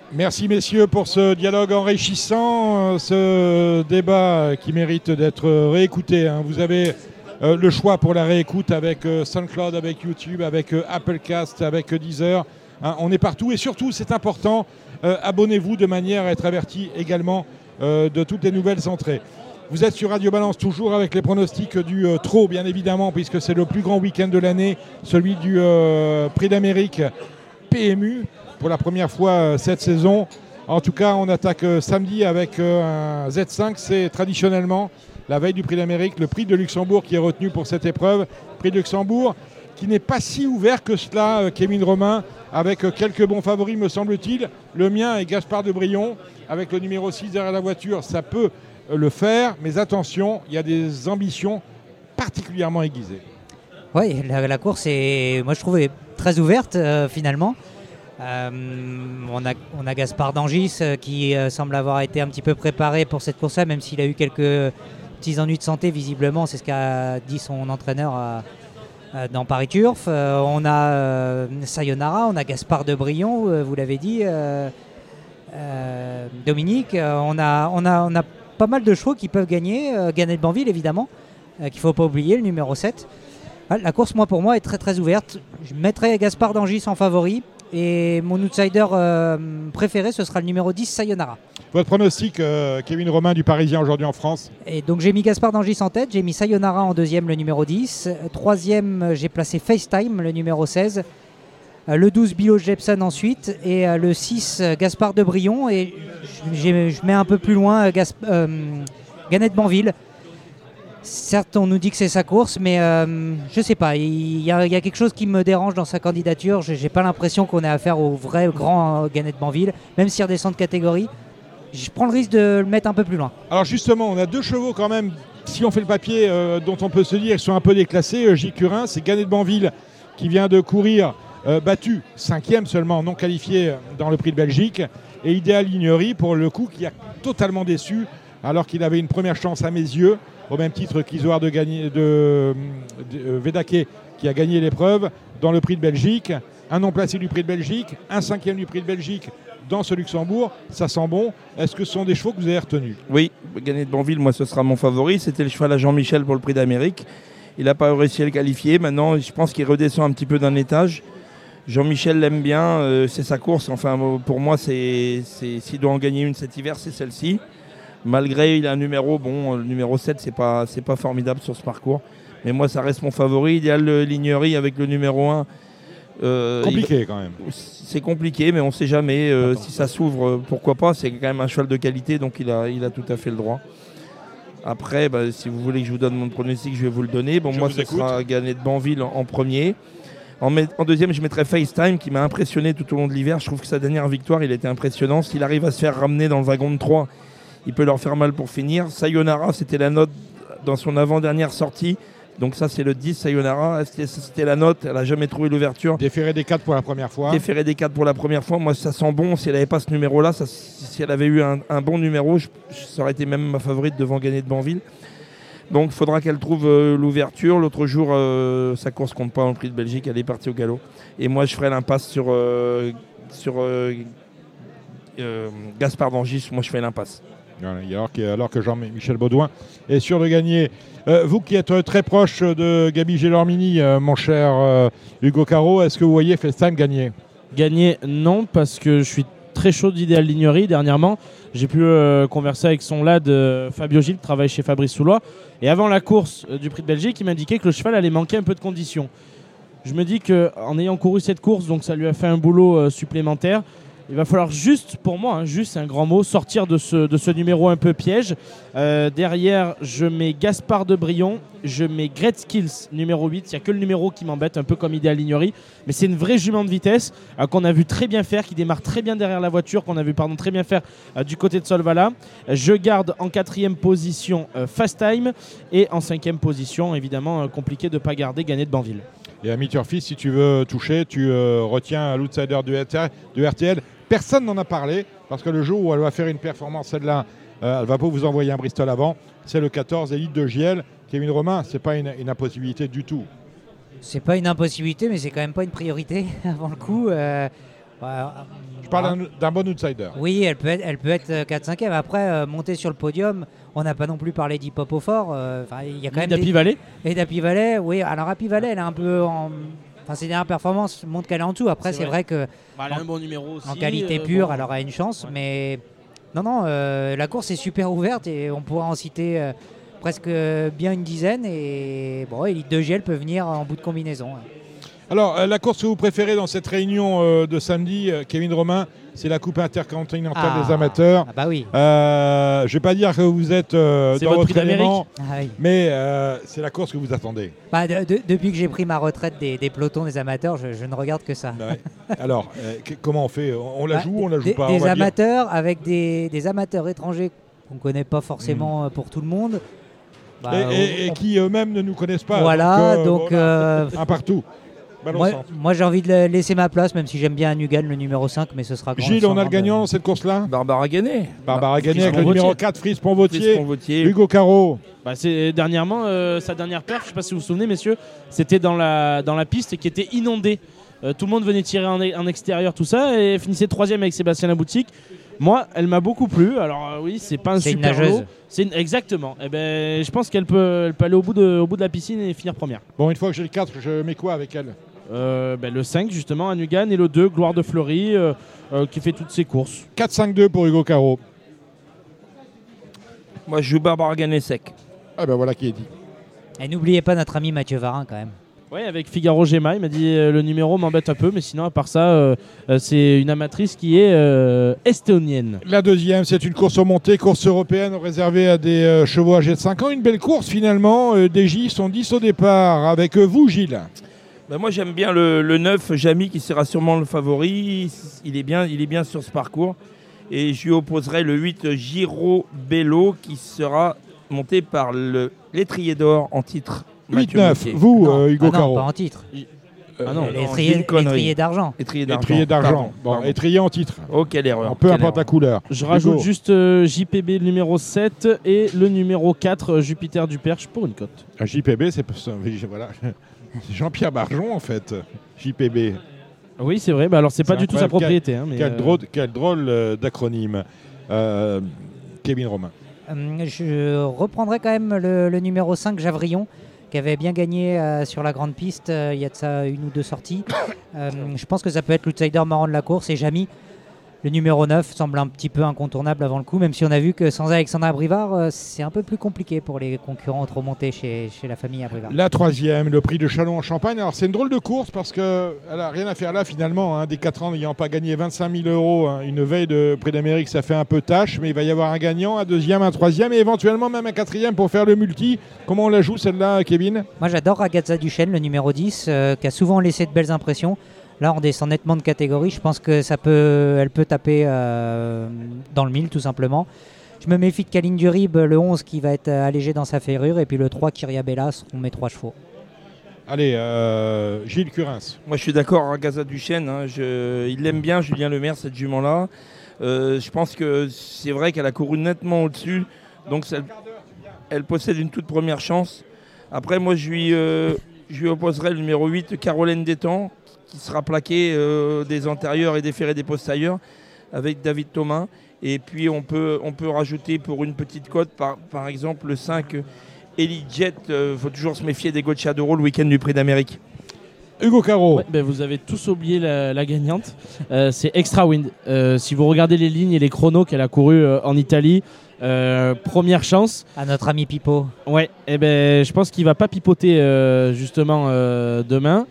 Merci messieurs pour ce dialogue enrichissant, ce débat qui mérite d'être réécouté. Vous avez le choix pour la réécoute avec SoundCloud, avec YouTube, avec Applecast, avec Deezer. On est partout et surtout, c'est important, abonnez-vous de manière à être averti également de toutes les nouvelles entrées. Vous êtes sur Radio Balance toujours avec les pronostics du Trot, bien évidemment, puisque c'est le plus grand week-end de l'année, celui du Prix d'Amérique PMU. Pour la première fois cette saison. En tout cas, on attaque samedi avec un Z5. C'est traditionnellement la veille du Prix d'Amérique, le Prix de Luxembourg qui est retenu pour cette épreuve. Prix de Luxembourg qui n'est pas si ouvert que cela, Kevin Romain, avec quelques bons favoris, me semble-t-il. Le mien est Gaspard de Brion, avec le numéro 6 derrière la voiture. Ça peut le faire, mais attention, il y a des ambitions particulièrement aiguisées. Oui, la course est, moi je trouve, très ouverte finalement. On a Gaspard d'Angis qui semble avoir été un petit peu préparé pour cette course-là, même s'il a eu quelques petits ennuis de santé visiblement, c'est ce qu'a dit son entraîneur dans Paris Turf. On a Sayonara, on a Gaspard de Brion, vous l'avez dit, Dominique. On a pas mal de chevaux qui peuvent gagner. Gannet de Banville évidemment, qu'il ne faut pas oublier, le numéro 7. La course, pour moi, est très très ouverte. Je mettrai Gaspard d'Angis en favori. Et mon outsider préféré, ce sera le numéro 10, Sayonara. Votre pronostic, Kevin Romain du Parisien aujourd'hui en France? Et donc j'ai mis Gaspard d'Angis en tête, j'ai mis Sayonara en deuxième, le numéro 10. Troisième, j'ai placé FaceTime, le numéro 16. Le 12, Bilo Jepson ensuite. Et le 6, Gaspard de Brion. Et je mets un peu plus loin Gannet de Banville. Certes, on nous dit que c'est sa course, mais je sais pas. Il y a quelque chose qui me dérange dans sa candidature. J'ai pas l'impression qu'on ait affaire au vrai grand Gannet de Banville, même s'il redescend de catégorie. Je prends le risque de le mettre un peu plus loin. Alors justement, on a deux chevaux quand même, si on fait le papier, dont on peut se dire qu'ils sont un peu déclassés. J. Curin, c'est Gannet de Banville qui vient de courir, battu, 5e seulement, non qualifié dans le Prix de Belgique. Et Idéal Lignery, pour le coup, qui a totalement déçu, alors qu'il avait une première chance à mes yeux, au même titre qu'Isoard de Vedake, qui a gagné l'épreuve dans le Prix de Belgique. Un non placé du Prix de Belgique, un 5e du Prix de Belgique dans ce Luxembourg. Ça sent bon. Est-ce que ce sont des chevaux que vous avez retenus? Oui, Gannet de Banville, moi, ce sera mon favori. C'était le cheval à Jean-Michel pour le Prix d'Amérique. Il n'a pas réussi à le qualifier. Maintenant, je pense qu'il redescend un petit peu d'un étage. Jean-Michel l'aime bien. C'est sa course. Enfin, pour moi, s'il doit en gagner une cet hiver, c'est celle-ci. Malgré, il a un numéro, le numéro 7, c'est pas formidable sur ce parcours. Mais moi, ça reste mon favori. Idéal Lignery avec le numéro 1. Compliqué quand même. C'est compliqué, mais on ne sait jamais. Si ça s'ouvre, pourquoi pas. C'est quand même un cheval de qualité, donc il a tout à fait le droit. Après, si vous voulez que je vous donne mon pronostic, je vais vous le donner. Moi, ce sera Gannet de Banville en premier. En deuxième, je mettrai FaceTime, qui m'a impressionné tout au long de l'hiver. Je trouve que sa dernière victoire, il était impressionnant. S'il arrive à se faire ramener dans le wagon de 3, il peut leur faire mal pour finir. Sayonara, c'était la note dans son avant-dernière sortie. Donc ça, c'est le 10, Sayonara. C'était la note. Elle n'a jamais trouvé l'ouverture. Déféré des 4 pour la première fois. Déféré des 4 pour la première fois. Moi, ça sent bon. Si elle n'avait pas ce numéro-là, si elle avait eu un bon numéro, ça aurait été même ma favorite devant Gannet de Banville. Donc il faudra qu'elle trouve l'ouverture. L'autre jour, sa course compte pas dans le Prix de Belgique. Elle est partie au galop. Et moi, je ferai l'impasse sur Gaspard d'Angis. Moi, je fais l'impasse. Alors que Jean-Michel Baudouin est sûr de gagner. Vous qui êtes très proche de Gabi Gélormini, mon cher Hugo Caro, est-ce que vous voyez FaceTime gagner? Gagner, non, parce que je suis très chaud d'Idéal Lignery dernièrement. J'ai pu converser avec son lad Fabio Gilles, qui travaille chez Fabrice Soulois. Et avant la course du Prix de Belgique, il m'indiquait que le cheval allait manquer un peu de conditions. Je me dis qu'en ayant couru cette course, donc ça lui a fait un boulot supplémentaire. Il va falloir juste, pour moi, juste un grand mot, sortir de ce numéro un peu piège. Derrière, je mets Gaspard de Brion, je mets Great Skills, numéro 8. Il n'y a que le numéro qui m'embête, un peu comme Idéal Lignery. Mais c'est une vraie jument de vitesse qu'on a vu très bien faire, qui démarre très bien derrière la voiture, qu'on a vu très bien faire du côté de Solvala. Je garde en 4e position Fast Time. Et en 5e position, évidemment, compliqué de ne pas garder Gannet de Banville. Et à Turfis, si tu veux toucher, tu retiens l'outsider du RTL. Personne n'en a parlé, parce que le jour où elle va faire une performance, celle-là, elle ne va pas vous envoyer un Bristol avant. C'est le 14 Élite de Giel. Kevin Romain, ce n'est pas une impossibilité du tout. C'est pas une impossibilité, mais c'est quand même pas une priorité avant le coup. Je parle d'un bon outsider. Oui, elle peut être 4-5e. Après, monter sur le podium, on n'a pas non plus parlé d'Hip-Hop au fort. Il y a quand même d'Happy Valley. Et d'Happy Valley, oui. Alors Happy Valley, elle est un peu en... Enfin, ses dernières performances montrent qu'elle est en dessous. Après, c'est vrai que elle a un bon numéro aussi. En qualité pure, elle aura une chance. Mais non, la course est super ouverte et on pourra en citer presque bien une dizaine. Et bon, Elite 2G, elle peut venir en bout de combinaison. Alors, la course que vous préférez dans cette réunion de samedi, Kevin Romain, c'est la Coupe intercontinentale des amateurs. Ah bah oui. Je ne vais pas dire que vous êtes dans votre élément, oui. mais c'est la course que vous attendez. Bah, depuis que j'ai pris ma retraite des pelotons des amateurs, je ne regarde que ça. Ouais. Alors, comment on fait? On la joue ou on la joue pas? Des amateurs avec des amateurs étrangers qu'on ne connaît pas forcément pour tout le monde. Bah, et qui eux-mêmes ne nous connaissent pas. Voilà, donc un partout. Moi j'ai envie de laisser ma place, même si j'aime bien Nugan, le numéro 5, mais ce sera grand. Gilles, on a le gagnant dans cette course-là? Barbara Gagné. Barbara Gagné avec le numéro 4, Frise Ponvautier. Hugo Caro. C'est dernièrement, sa dernière perf, je ne sais pas si vous vous souvenez, messieurs, c'était dans la piste qui était inondée. Tout le monde venait tirer en extérieur, tout ça, et finissait 3e avec Sébastien Laboutique. Moi, elle m'a beaucoup plu. Alors oui, c'est pas un super lot. Exactement. Et ben, je pense qu'elle peut aller au bout de la piscine et finir première. Bon, une fois que j'ai le 4, je mets quoi avec elle? Le 5 justement à Nugan et le 2 Gloire de Fleury qui fait toutes ses courses. 4-5-2 pour Hugo Caro. Moi je joue Barbara Gagné sec. Ah ben voilà qui est dit. Et n'oubliez pas notre ami Mathieu Varin quand même. Oui, avec Figaro Gemma, il m'a dit le numéro m'embête un peu, mais sinon à part ça c'est une amatrice qui est estonienne. La deuxième, c'est une course aux montées, course européenne réservée à des chevaux âgés de 5 ans. Une belle course finalement, des J sont 10 au départ. Avec vous Gilles? Ben moi j'aime bien le 9, Jamy, qui sera sûrement le favori. Il est bien sur ce parcours. Et je lui opposerai le 8, Giro Bello, qui sera monté par l'étrier d'or en titre. 8-9, vous Hugo Caro? Non, pas en titre. non, l'étrier d'argent. Étrier d'argent. Bon, étrier en titre. Oh, quelle erreur. Peu importe la couleur. Je rajoute juste JPB le numéro 7 et le numéro 4, Jupiter du Perche pour une cote. JPB, c'est voilà. Jean-Pierre Barjon en fait, JPB. Oui, c'est vrai. Bah, alors, c'est pas du tout sa propriété. Quel drôle d'acronyme. Kevin Romain. Je reprendrai quand même le numéro 5, Javrillon, qui avait bien gagné sur la grande piste il y a de ça une ou deux sorties. Je pense que ça peut être l'outsider marrant de la course. Et Jamy, le numéro 9, semble un petit peu incontournable avant le coup, même si on a vu que sans Alexandra Brivard, c'est un peu plus compliqué pour les concurrents trop montés chez la famille Abrivard. La troisième, le prix de Châlons en Champagne. Alors c'est une drôle de course parce qu'elle n'a rien à faire là finalement. Des 4 ans n'ayant pas gagné 25 000 €, une veille de Prix d'Amérique, ça fait un peu tâche, mais il va y avoir un gagnant, un deuxième, un troisième et éventuellement même un quatrième pour faire le multi. Comment on la joue celle-là, Kevin? Moi j'adore Ragazza Duchesne, le numéro 10, qui a souvent laissé de belles impressions. Là, on descend nettement de catégorie. Je pense que elle peut taper dans le 1000, tout simplement. Je me méfie de Kaline Durib, le 11, qui va être allégé dans sa ferrure. Et puis le 3, Kyria Bella, seront mes 3 chevaux. Allez, Gilles Curins. Moi, je suis d'accord, Ragazza Duchesne. Il l'aime bien, Julien Lemaire, cette jument-là. Je pense que c'est vrai qu'elle a couru nettement au-dessus. Donc, elle possède une toute première chance. Après, moi, je lui opposerai le numéro 8, Caroline Détang, qui sera plaqué des antérieurs et des ferrés des postérieurs avec David Thomas. Et puis on peut rajouter pour une petite cote par exemple le 5 Elite Jet. Faut toujours se méfier des Gauchia d'Euro le week-end du Prix d'Amérique. Hugo Caro. Ouais, vous avez tous oublié la gagnante. C'est Extra Wind. Si vous regardez les lignes et les chronos qu'elle a couru en Italie, première chance. À notre ami Pipo. Ouais, je pense qu'il va pas pipoter justement demain.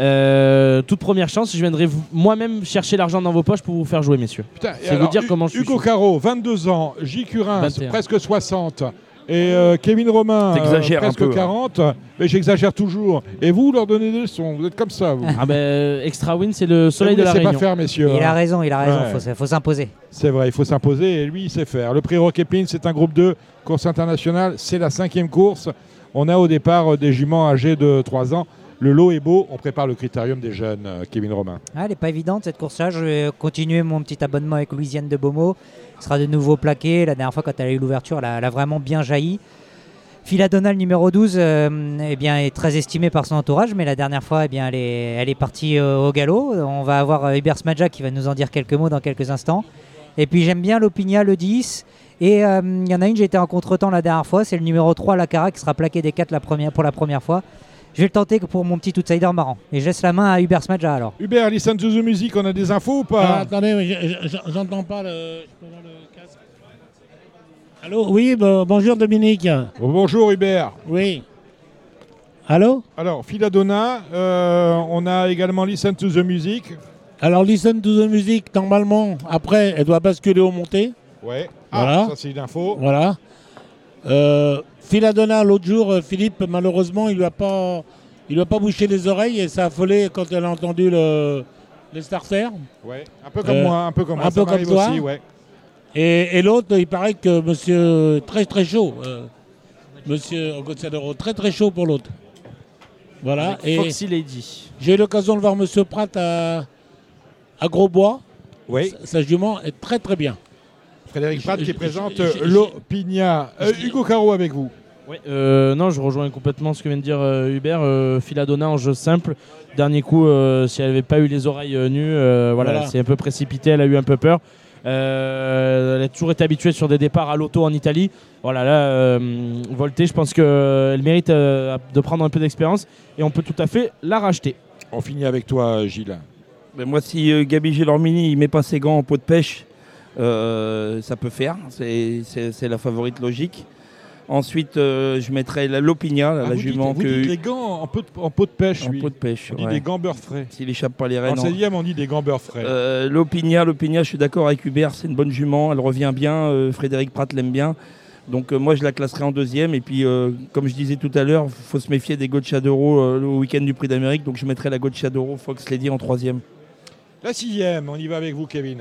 Toute première chance, je viendrai moi-même chercher l'argent dans vos poches pour vous faire jouer, messieurs. C'est vous dire comment je suis. Hugo Caro, 22 ans, J. Curins, presque 60. Et Kevin Romain, presque 40. Mais j'exagère toujours. Et vous, leur donnez des leçons. Vous êtes comme ça, vous. Extra Win, c'est le soleil de la Réunion. Pas faire, messieurs. Il a raison. Ouais. Faut s'imposer. C'est vrai, il faut s'imposer. Et lui, il sait faire. Le prix Roquépine, c'est un groupe 2, course internationale. C'est la 5e course. On a au départ des juments âgés de 3 ans. Le lot est beau, on prépare le critérium des jeunes, Kevin Romain. Elle n'est pas évidente cette course-là. Je vais continuer mon petit abonnement avec Louisiane de Beaumont. Elle sera de nouveau plaquée. La dernière fois, quand elle a eu l'ouverture, elle a vraiment bien jailli. Philadonna, le numéro 12, eh bien, est très estimé par son entourage, mais la dernière fois, eh bien, elle est partie au galop. On va avoir Hubert Smadja qui va nous en dire quelques mots dans quelques instants. Et puis j'aime bien l'Opinia, le 10. Et il y en a une, j'ai été en contre-temps la dernière fois, c'est le numéro 3, la Cara, qui sera plaqué des 4 pour la première fois. Je vais le tenter pour mon petit outsider marrant. Et je laisse la main à Hubert Smadja alors. Hubert, listen to the music, on a des infos ou pas? Attendez, j'entends pas le... Je peux voir le casque. Allô, oui, bonjour Dominique. Bonjour Hubert. Oui. Allô? Alors, Philadonna, on a également listen to the music. Alors, listen to the music, normalement, après, elle doit basculer au monté. Ouais. Voilà. Ça c'est une info. Voilà. Philadonna, l'autre jour, Philippe, malheureusement, il lui a pas bouché les oreilles et ça a affolé quand elle a entendu les starters. Ouais. Un peu comme moi, un peu comme moi. Un peu comme toi. Aussi, ouais. Et l'autre, il paraît que monsieur très très chaud, monsieur Gocciadoro, très très chaud pour l'autre. Voilà. Avec Et Foxy Lady. j'ai eu l'occasion de voir monsieur Pratt à Grosbois. Oui. Sa jument est très très bien. Frédéric Pratt qui présente l'Opinia. Hugo Caro avec vous. Ouais, non, je rejoins complètement ce que vient de dire Hubert. Philadonna en jeu simple. Dernier coup, si elle n'avait pas eu les oreilles nues, voilà. C'est un peu précipité, elle a eu un peu peur. Elle a toujours été habituée sur des départs à l'auto en Italie. Voilà, là, Volté, je pense qu'elle mérite de prendre un peu d'expérience et on peut tout à fait la racheter. On finit avec toi, Gilles. Ben moi, si Gabi Gelormini ne met pas ses gants en peau de pêche, ça peut faire. C'est la favorite logique. Ensuite, je mettrai l'Opinia, la jument. Vous dites les gants en peau de pêche, lui. En peau de pêche, on dit des gants beurre frais. S'il échappe pas les rênes. En 16e, on dit des gants beurre frais. L'Opinia, je suis d'accord avec Hubert, c'est une bonne jument, elle revient bien, Frédéric Pratt l'aime bien. Donc moi, je la classerai en 2e. Et puis, comme je disais tout à l'heure, il faut se méfier des Gocciadoro le week-end du Prix d'Amérique. Donc je mettrai la Gocciadoro Fox Lady en 3e. La 6e, on y va avec vous, Kevin.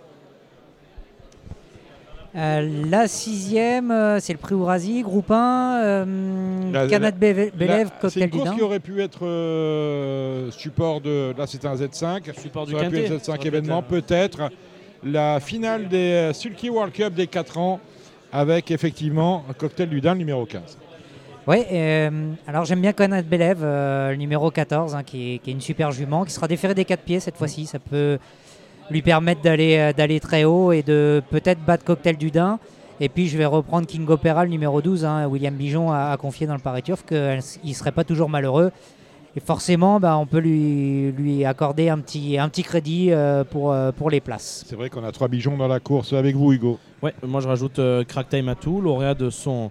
La 6e, c'est le prix Ourasi, groupe 1, Canad Belev, Cocktail du Dain. C'est une course qui aurait pu être support de... Là, c'était un Z5. Support du ça aurait pu être Z5 événement, peut-être. La finale des Sulky World Cup des 4 ans, avec effectivement un Cocktail du Dain, numéro 15. Oui, alors j'aime bien Canad Belev, le numéro 14, qui est une super jument, qui sera déférée des 4 pieds cette fois-ci. Ça peut lui permettre d'aller très haut et de peut-être battre Cocktail du Dain. Et puis je vais reprendre King Opera, le numéro 12. William Bijon a confié dans le Paris Turf qu'il ne serait pas toujours malheureux. Et forcément, on peut lui accorder un petit crédit pour les places. C'est vrai qu'on a 3 Bijons dans la course. Avec vous, Hugo. Ouais, moi je rajoute Crack Time Atou, lauréat de son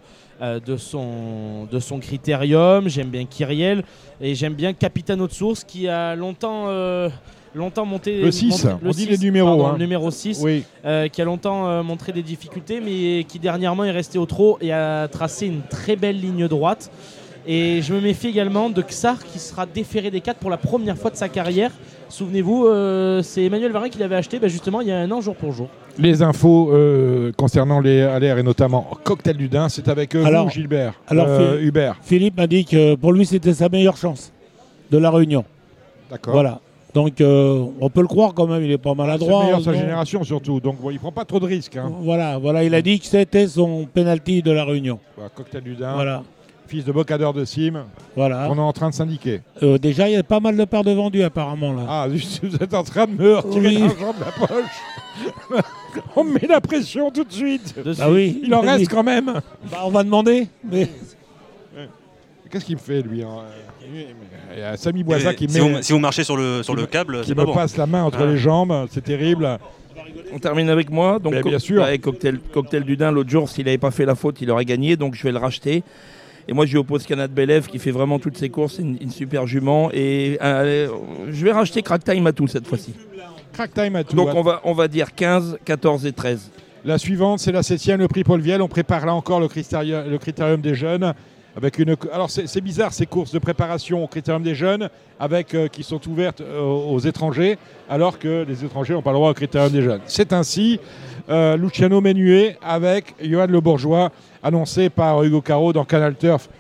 critérium. J'aime bien Kyriel et j'aime bien Capitano de Source qui a longtemps monté le 6, on dit les numéros. Le numéro 6, oui. Qui a longtemps montré des difficultés, mais qui dernièrement est resté au trot et a tracé une très belle ligne droite. Et je me méfie également de Xar qui sera déféré des 4 pour la première fois de sa carrière. Souvenez-vous, c'est Emmanuel Varin qui l'avait acheté justement il y a un an jour pour jour. Les infos concernant les LR et notamment Cocktail du Dain, c'est avec vous, Gilbert. Hubert. Philippe m'a dit que pour lui c'était sa meilleure chance de la Réunion. D'accord. Voilà. Donc on peut le croire quand même, il est pas maladroit. C'est le meilleur de sa génération surtout, donc il prend pas trop de risques. Voilà, il a dit que c'était son penalty de la Réunion. Voilà, Cocktail du Dain, voilà. Fils de bocadeur de Sim, voilà. On est en train de syndiquer. Déjà, il y a pas mal de parts de vendus apparemment là. Ah, vous êtes en train de me retirer l'argent de la poche. On me met la pression tout de suite. Oui. Il en reste quand même. On va demander. Mais... Qu'est-ce qu'il me fait lui Il y a Samy Boisa qui si vous marchez sur le câble, c'est pas bon. Qui me passe la main entre les jambes, c'est terrible. On termine avec moi. Donc, bien sûr. Avec Cocktail du Dain, l'autre jour, s'il n'avait pas fait la faute, il aurait gagné. Donc je vais le racheter. Et moi, je lui oppose Canad Belev qui fait vraiment toutes ses courses, une super jument. Et je vais racheter Crack Time Atou cette fois-ci. Crack Time Atou. Donc on va dire 15, 14 et 13. La suivante, c'est la 7e, le prix Paul Viel. On prépare là encore le critérium des jeunes. Alors c'est bizarre ces courses de préparation au critérium des jeunes qui sont ouvertes aux étrangers alors que les étrangers n'ont pas le droit au critérium des jeunes. C'est ainsi Luciano Menuet avec Johan Le Bourgeois annoncé par Hugo Caro dans Canal Turf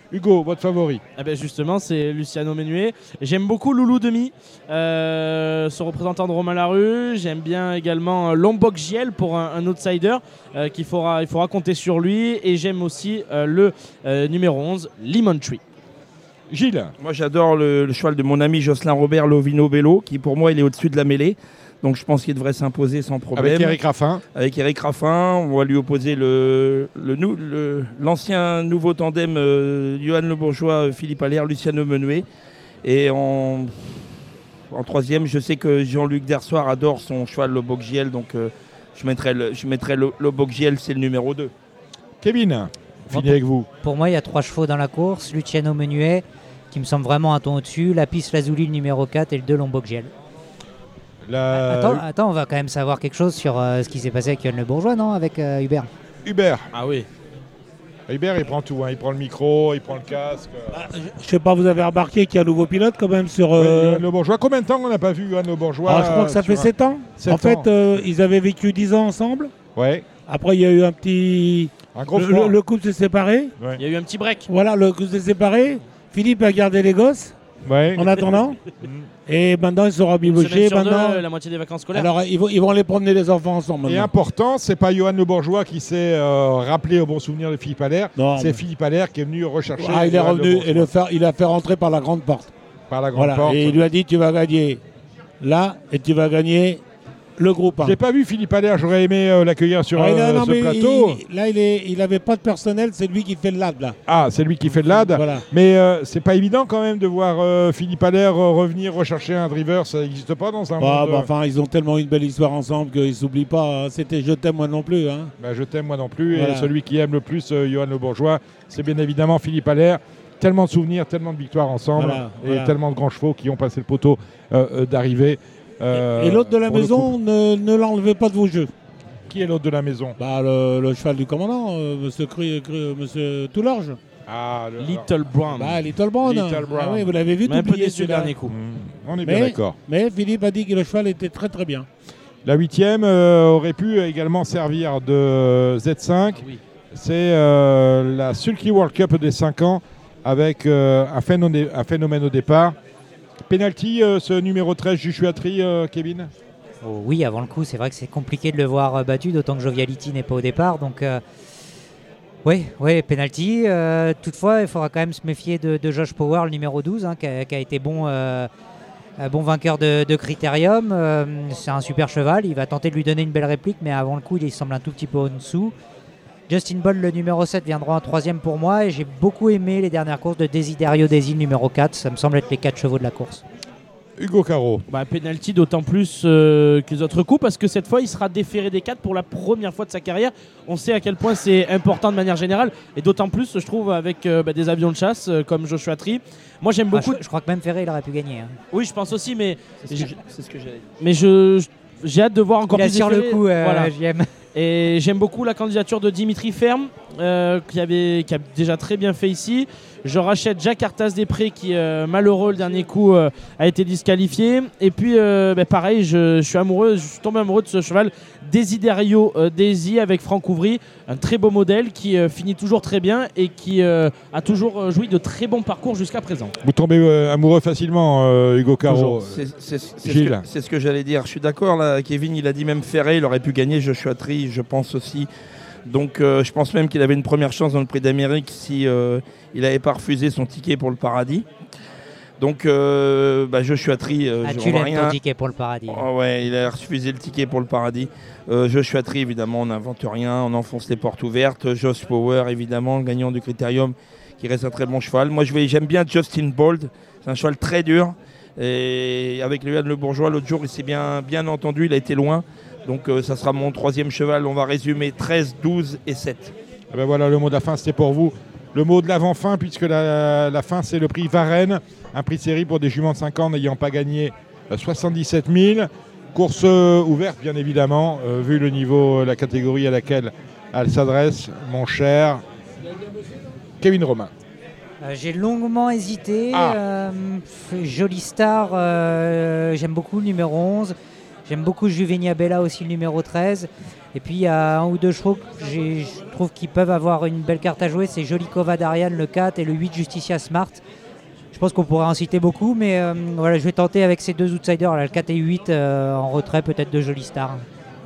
Hugo, votre favori? Eh ben justement, c'est Luciano Menuet. J'aime beaucoup Loulou Demi, ce représentant de Romain Larue. J'aime bien également Lombok Giel pour un outsider il faudra compter sur lui. Et j'aime aussi le numéro 11, Lemon Tree. Gilles? Moi j'adore le cheval de mon ami Jocelyn Robert, Lovino Bello, qui pour moi il est au-dessus de la mêlée. Donc je pense qu'il devrait s'imposer sans problème. Avec Eric Raffin. Avec Eric Raffin, on va lui opposer l'ancien nouveau tandem Johan Le Bourgeois, Philippe Allaire, Luciano Menuet. Et en troisième, je sais que Jean-Luc Dersoir adore son cheval Lombok Giel, donc je mettrai Lombok Giel, c'est le numéro 2. Kevin, fini avec vous. Pour moi, il y a 3 chevaux dans la course. Luciano Menuet, qui me semble vraiment un ton au-dessus. Lapis Lazuli, le numéro 4, et le 2, Lombok Giel. Attends, on va quand même savoir quelque chose sur ce qui s'est passé avec Yoann Le Bourgeois, non? Avec Hubert. Hubert. Ah oui. Hubert, il prend tout. Hein. Il prend le micro, il prend le casque. Je sais pas, vous avez remarqué qu'il y a un nouveau pilote quand même sur... Yoann Le Bourgeois. Combien de temps on n'a pas vu Yoann Le Bourgeois? Je crois que ça fait 7 ans. 7 en fait, ans. ils avaient vécu 10 ans ensemble. Ouais. Après, il y a eu un petit... Un gros froid. Le couple s'est séparé. Ouais. Il y a eu un petit break. Voilà, le couple s'est séparé. Philippe a gardé les gosses Ouais. en attendant. Et maintenant, ils sont Une rabibauchés. semaine sur Maintenant, deux, la moitié des vacances scolaires. alors, ils vont aller promener les enfants ensemble. Et maintenant. important, c'est pas Yoann Le Bourgeois qui s'est rappelé au bon souvenir de Philippe Allaire. Non, C'est mais- Philippe Allaire qui est venu rechercher. Il est Yoann Le revenu et Bourgeois il a fait rentrer par la grande porte. par la grande Voilà. porte. Et il lui a dit, tu vas gagner là et tu vas gagner le groupe 1. J'ai pas vu Philippe Allaire, j'aurais aimé l'accueillir sur non, ce mais plateau. il avait pas de personnel, c'est lui qui fait le LAD là. Ah, c'est lui qui fait le LAD. Voilà. Mais c'est pas évident quand même de voir Philippe Allaire revenir rechercher un driver, ça n'existe pas dans un monde. Enfin, ils ont tellement une belle histoire ensemble qu'ils s'oublient pas. Hein. C'était Je t'aime moi non plus. Hein. Je t'aime moi non plus. Voilà. Et celui qui aime le plus Yoann Le Bourgeois, c'est bien évidemment Philippe Allaire. Tellement de souvenirs, tellement de victoires ensemble et tellement de grands chevaux qui ont passé le poteau d'arrivée. Et l'autre de la maison, ne l'enlevez pas de vos jeux. Qui est l'autre de la maison? Le cheval du commandant, monsieur Toulorge. Ah, Little Brown. Little Brown. Little Brown. Ah oui, vous l'avez vu, Mais un peu oublié déçu le celui-là. dernier coup. On est bien d'accord. Mais Philippe a dit que le cheval était très très bien. La 8e aurait pu également servir de Z5. Oui. C'est la Sulky World Cup des 5 ans avec un phénomène au départ. Penalty, ce numéro 13, Joshua Tree, Kevin? Oh, oui, avant le coup, c'est vrai que c'est compliqué de le voir battu, d'autant que Joviality n'est pas au départ. Donc, oui, penalty. Toutefois, il faudra quand même se méfier de Josh Power, le numéro 12, hein, qui a été bon vainqueur de Critérium. C'est un super cheval. Il va tenter de lui donner une belle réplique, mais avant le coup, il semble un tout petit peu en dessous. Justin Ball, le numéro 7, viendra en 3e pour moi. Et j'ai beaucoup aimé les dernières courses de Desiderio Desi, le numéro 4. Ça me semble être les 4 chevaux de la course. Hugo Caro. Penalty d'autant plus que les autres coups, parce que cette fois il sera déféré des 4 pour la première fois de sa carrière. On sait à quel point c'est important de manière générale, et d'autant plus je trouve avec des avions de chasse comme Joshua Tree. Moi j'aime beaucoup. Je crois que même Ferré il aurait pu gagner. Hein. Oui, je pense aussi, mais C'est ce que j'allais dire. mais j'ai hâte de voir encore Il plus assure le déféré. coup, Voilà. JM. Et j'aime beaucoup la candidature de Dimitri Ferme, qui a déjà très bien fait ici. Je rachète Jacques Artas-Després qui, malheureux le dernier coup, a été disqualifié. Et puis, pareil, je suis tombé amoureux de ce cheval Desiderio Desi avec Franck Ouvry, un très beau modèle qui finit toujours très bien et qui a toujours joui de très bons parcours jusqu'à présent. Vous tombez amoureux facilement, Hugo Caro. C'est Gilles. ce que j'allais dire. Je suis d'accord, là, Kevin, il a dit même Ferré, il aurait pu gagner Joshua Tree, je pense aussi. Donc je pense même qu'il avait une première chance dans le Prix d'Amérique si il n'avait pas refusé son ticket pour le paradis. Donc Joshua Tree, Tu l'aimes ton ticket pour le paradis. Oh, ouais, il a refusé le ticket pour le paradis. Joshua Tree, évidemment, on n'invente rien, on enfonce les portes ouvertes. Josh Power, évidemment, le gagnant du Critérium, qui reste un très bon cheval. Moi, j'aime bien Justin Bold, c'est un cheval très dur. Et avec Yoann Le Bourgeois, l'autre jour, il s'est bien entendu, il a été loin. Donc ça sera mon 3e cheval. On va résumer 13, 12 et 7. Et ben voilà, le mot de la fin, c'était pour vous. Le mot de l'avant-fin, puisque la fin, c'est le prix Varenne, un prix série pour des juments de 5 ans n'ayant pas gagné 77 000. Course ouverte, bien évidemment, vu le niveau, la catégorie à laquelle elle s'adresse, mon cher Kevin Romain. J'ai longuement hésité. Jolie Star, j'aime beaucoup le numéro 11. J'aime beaucoup Juvenia Bella aussi, le numéro 13. Et puis il y a un ou deux chevaux que je trouve qu'ils peuvent avoir une belle carte à jouer. C'est Jolikova d'Ariane, le 4, et le 8 Justicia Smart. Je pense qu'on pourrait en citer beaucoup, mais voilà, je vais tenter avec ces deux outsiders, là, le 4 et 8, en retrait peut-être de Jolie Star.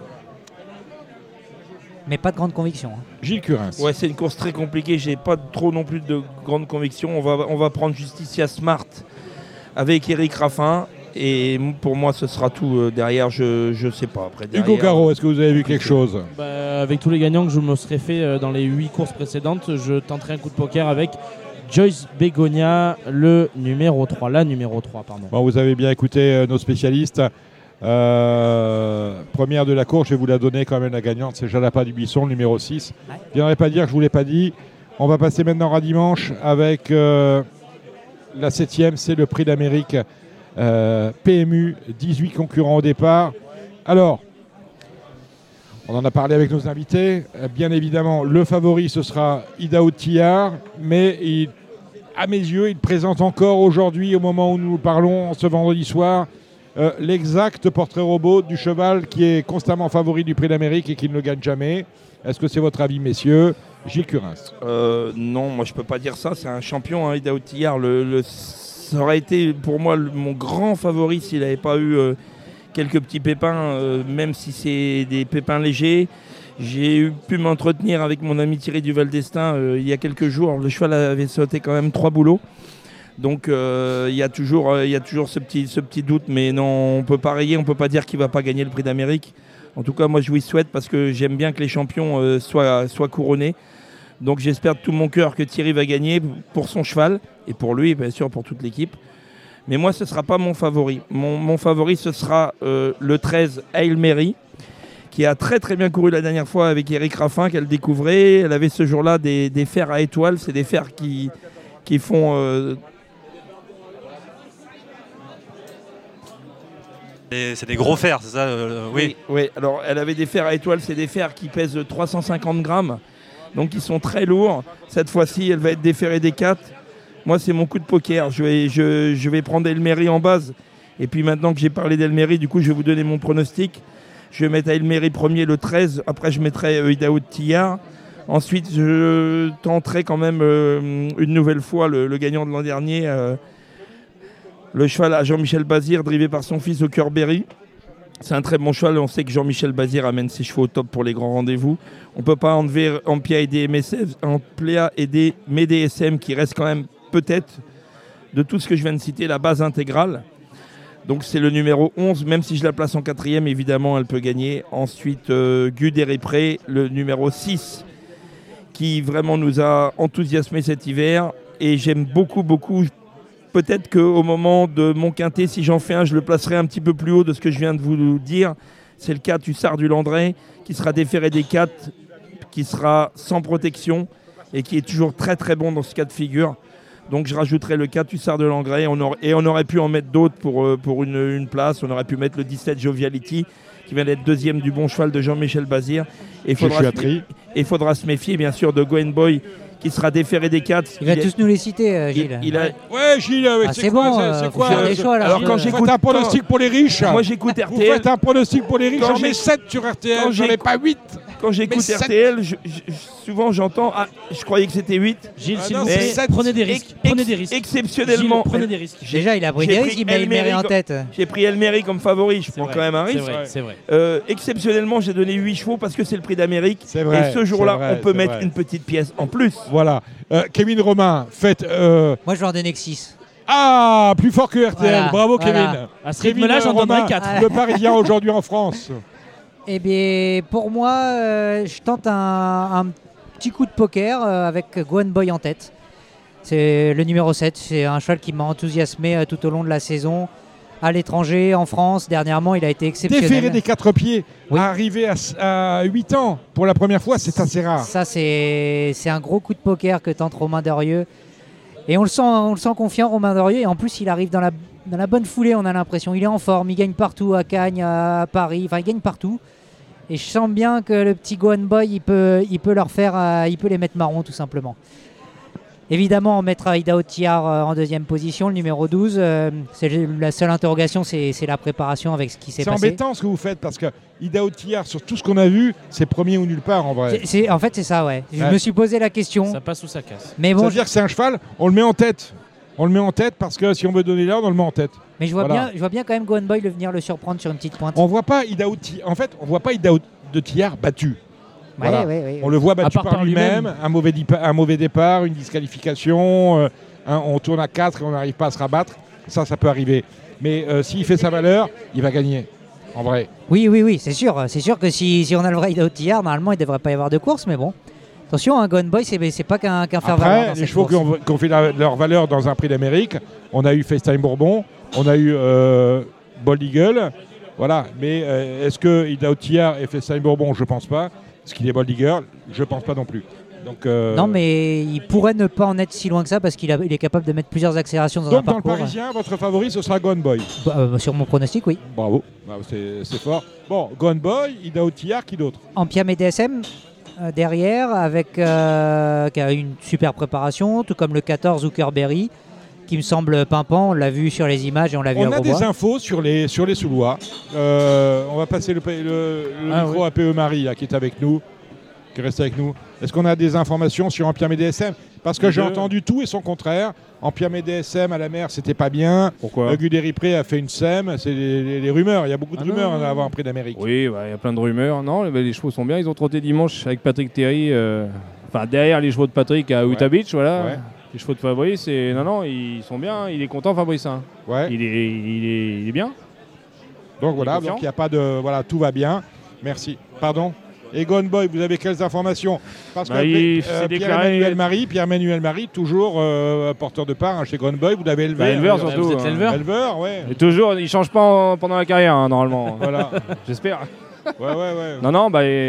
Mais pas de grande conviction. Gilles Curins. Ouais, c'est une course très compliquée. J'ai pas trop non plus de grande conviction. On va prendre Justicia Smart avec Eric Raffin. Et pour moi, ce sera tout derrière. Je sais pas. Après, derrière, Hugo Garot, est-ce que vous avez vu quelque chose? Avec tous les gagnants que je me serais fait dans les 8 courses précédentes, je tenterai un coup de poker avec Joyce Begonia, le numéro 3. La numéro 3, pardon. Bon, vous avez bien écouté nos spécialistes. Première de la course, je vais vous la donner quand même, la gagnante, c'est Jalapa du Buisson, le numéro 6. Ouais. Je ne viendrai pas dire que je ne vous l'ai pas dit. On va passer maintenant à dimanche avec la 7e, c'est le Prix d'Amérique PMU, 18 concurrents au départ. Alors, on en a parlé avec nos invités. Bien évidemment, le favori, ce sera Idaho Tillard, mais à mes yeux, il présente encore aujourd'hui, au moment où nous parlons, ce vendredi soir, l'exact portrait robot du cheval qui est constamment favori du Prix d'Amérique et qui ne le gagne jamais. Est-ce que c'est votre avis, messieurs? Gilles Curins. Non, moi je peux pas dire ça. C'est un champion, hein, Idaho Tillard. Ça aurait été pour moi mon grand favori s'il n'avait pas eu quelques petits pépins, même si c'est des pépins légers. J'ai pu m'entretenir avec mon ami Thierry Duval d'Estaing il y a quelques jours. Le cheval avait sauté quand même 3 boulots. Donc il y a toujours ce petit doute, mais non, on peut pas rayer, on peut pas dire qu'il va pas gagner le Prix d'Amérique. En tout cas, moi je lui souhaite parce que j'aime bien que les champions soient couronnés. Donc j'espère de tout mon cœur que Thierry va gagner pour son cheval et pour lui, bien sûr pour toute l'équipe. Mais moi, ce ne sera pas mon favori. Mon favori, ce sera le 13 Hail Mary, qui a très très bien couru la dernière fois avec Eric Raffin, qu'elle découvrait. Elle avait ce jour-là des fers à étoiles. C'est des fers qui font... C'est des gros fers, c'est ça oui. Oui, alors elle avait des fers à étoiles. C'est des fers qui pèsent 350 grammes. Donc ils sont très lourds. Cette fois-ci, elle va être déferrée des 4. Moi, c'est mon coup de poker. Je vais prendre Elmery en base. Et puis maintenant que j'ai parlé d'Elmery, du coup, je vais vous donner mon pronostic. Je vais mettre Elmery premier le 13. Après, je mettrai Idaho Tillard. Ensuite, je tenterai quand même une nouvelle fois le gagnant de l'an dernier. Le cheval à Jean-Michel Bazir, drivé par son fils au cœur Berry. C'est un très bon cheval. On sait que Jean-Michel Bazir amène ses chevaux au top pour les grands rendez-vous. On ne peut pas enlever Amplia et des MDSM qui restent quand même peut-être, de tout ce que je viens de citer, la base intégrale. Donc c'est le numéro 11, même si je la place en 4e, évidemment, elle peut gagner. Ensuite, Gud et Répré, le numéro 6, qui vraiment nous a enthousiasmé cet hiver. Et j'aime beaucoup, beaucoup. Peut-être qu'au moment de mon quintet, si j'en fais un, je le placerai un petit peu plus haut de ce que je viens de vous dire. C'est le 4 Hussard du Landré, qui sera déféré des 4, qui sera sans protection et qui est toujours très très bon dans ce cas de figure. Donc je rajouterai le 4 Hussard de Langrée et on aurait pu en mettre d'autres pour une place. On aurait pu mettre le 17 Joviality qui vient d'être deuxième du bon cheval de Jean-Michel Bazir. Et il faudra se méfier bien sûr de Gwen Boy qui sera déféré des 4. Il va tous nous les citer, Gilles. Ouais, Gilles, c'est bon, c'est quoi faire des choix, là, alors Gilles. quand Vous faites un pronostic pour les riches. Moi j'écoute RTL. Vous faites un pronostic pour les riches. Quand J'en mets 7 sur RTL, j'en ai pas 8. Quand j'écoute Mais RTL, souvent j'entends je croyais que c'était 8. Gilles, Ah s'il non, vous c'est plaît, sept. prenez des risques. Prenez des risques. Exceptionnellement. Gilles, prenez des risques. Déjà, il a pris J'ai des pris risques, il met Elmery en tête. J'ai pris Elmery comme favori, je prends vrai, quand même un risque. C'est vrai. Exceptionnellement, j'ai donné 8 chevaux parce que c'est le Prix d'Amérique. C'est vrai, Et ce jour-là, c'est vrai, on peut c'est mettre vrai. une petite pièce en plus. Voilà. Kevin Romain, faites. Moi, je vais en donner que 6. Ah, plus fort que RTL. Voilà, Bravo, voilà. Kevin. À ce rythme-là, j'en Romain, donnerai 4. Le Parisien aujourd'hui en France. Eh bien, pour moi, je tente un petit coup de poker avec Gwen Boy en tête. C'est le numéro 7. C'est un cheval qui m'a enthousiasmé tout au long de la saison. À l'étranger, en France, dernièrement, il a été exceptionnel. Déféré des 4 pieds, Oui. arrivé à 8 ans pour la première fois, c'est assez rare. Ça, c'est un gros coup de poker que tente Romain Derieux. Et on le sent confiant, Romain Derieux. Et en plus, il arrive dans la bonne foulée, on a l'impression. Il est en forme, il gagne partout, à Cagnes, à Paris. Enfin, il gagne partout. Et je sens bien que le petit Gohan Boy, il peut leur faire, il peut les mettre marron, tout simplement. Évidemment, on mettra Idaho Tiar en deuxième position, le numéro 12. La seule interrogation, c'est la préparation avec ce qui s'est passé. C'est embêtant ce que vous faites parce que Idaho Tiar, sur tout ce qu'on a vu, c'est premier ou nulle part en vrai. En fait, c'est ça, ouais. Je me suis posé la question. Ça passe ou ça casse. Mais bon, ça veut dire que c'est un cheval, on le met en tête. On le met en tête parce que si on veut donner l'ordre, on le met en tête. Mais je vois bien quand même Gohan Boy venir le surprendre sur une petite pointe. On voit pas Idaho Tiar. En fait, on voit pas Idaho de Tiar battu. Voilà. Ouais. On le voit battu par lui-même, un mauvais départ, une disqualification, on tourne à 4 et on n'arrive pas à se rabattre. Ça peut arriver. Mais s'il fait sa valeur, il va gagner, en vrai. Oui, c'est sûr. C'est sûr que si on a le vrai Idaho Tiar, normalement, il ne devrait pas y avoir de course, mais bon. Attention, un Gohan Boy, c'est pas qu'un faire-valoir. Après, les chevaux qui ont fait leur valeur dans un prix d'Amérique, on a eu FaceTime Bourbon, on a eu Bold Eagle. Voilà. Mais est-ce que Idaho Tiar et FaceTime Bourbon, je pense pas. Est-ce qu'il est Bold Eagle, je pense pas non plus. Donc, non, mais il pourrait ne pas en être si loin que ça parce qu'il est capable de mettre plusieurs accélérations dans un parcours. Donc dans le Parisien, votre favori, ce sera Gohan Boy. Sur mon pronostic, oui. Bravo, c'est fort. Bon, Gohan Boy, Idaho Tiar, qui d'autre? Ampiam et DSM derrière, avec qui a une super préparation, tout comme le 14 Zuckerberry, qui me semble pimpant. On l'a vu sur les images et on l'a vu à Grosbois. On a des infos sur les Soulois. On va passer le micro à PE Marie, là, qui est avec nous, qui reste avec nous. Est-ce qu'on a des informations sur Ampiam et DSM? Parce que j'ai entendu tout et son contraire. Ampiam et DSM à la mer, c'était pas bien. Pourquoi? Guderipré a fait une SEM. C'est les rumeurs. Il y a beaucoup de rumeurs à avoir un prix d'Amérique. Oui, il y a plein de rumeurs. Non, les chevaux sont bien. Ils ont trotté dimanche avec Patrick Terry. Derrière les chevaux de Patrick à Utah Beach, voilà. Ouais. Les chevaux de Fabrice, ils sont bien. Il est content, Fabrice. Hein. Ouais. Il est bien. Donc voilà, donc il n'y a pas de... Voilà, tout va bien. Merci. Pardon. Et Gohan Boy, vous avez quelles informations? Parce que Pierre-Emmanuel Marie, toujours porteur de part chez Gohan Boy, vous l'avez élevé. Éleveur surtout. Vous êtes l'éleveur. Éleveur, ouais. Et toujours, il ne change pas pendant la carrière, hein, normalement. Voilà. J'espère. Ouais. Non,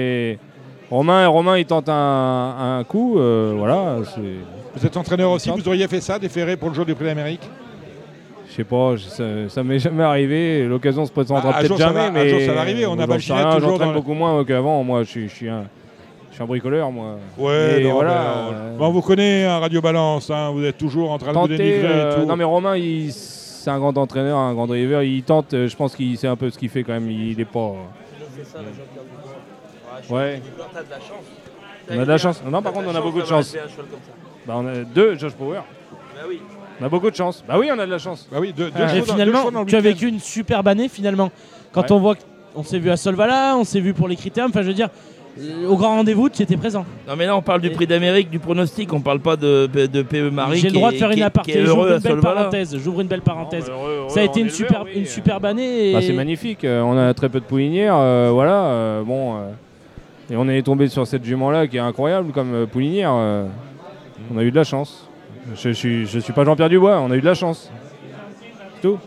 Romain, il tente un coup, voilà. Vous êtes entraîneur aussi, vous auriez fait ça, déféré pour le jour du Prix d'Amérique? Je sais pas, ça m'est jamais arrivé. L'occasion se présentera peut-être jamais, mais un jour ça va arriver. On a Balginette toujours. J'entraîne beaucoup moins qu'avant. Moi, je suis un bricoleur, moi. Ouais, et voilà. On vous connaît, hein, Radio Balance. Hein, vous êtes toujours en train de vous dénigrer et tout. Non, mais Romain, c'est un grand entraîneur, un grand driver. Il tente. Je pense qu'il sait un peu ce qu'il fait quand même. Il est pas. Ouais. On a de la chance. Non, par contre, on a beaucoup de chance. On a 2 Josh Power. Bah oui. On a beaucoup de chance. Bah oui, on a de la chance. Bah oui, et finalement, tu as vécu une super année finalement. Quand on voit qu'on s'est vu à Solvala, on s'est vu pour les critères, enfin je veux dire, au grand rendez-vous, tu étais présent. Non mais là on parle du prix d'Amérique, du pronostic, on parle pas de PE Marie. J'ai le droit de faire une aparté, j'ouvre une belle parenthèse. Ça a été une superbe année. C'est magnifique, on a très peu de poulinières, voilà. Et on est tombé sur cette jument-là qui est incroyable comme poulinière. On a eu de la chance. Je suis pas Jean-Pierre Dubois, on a eu de la chance. C'est tout.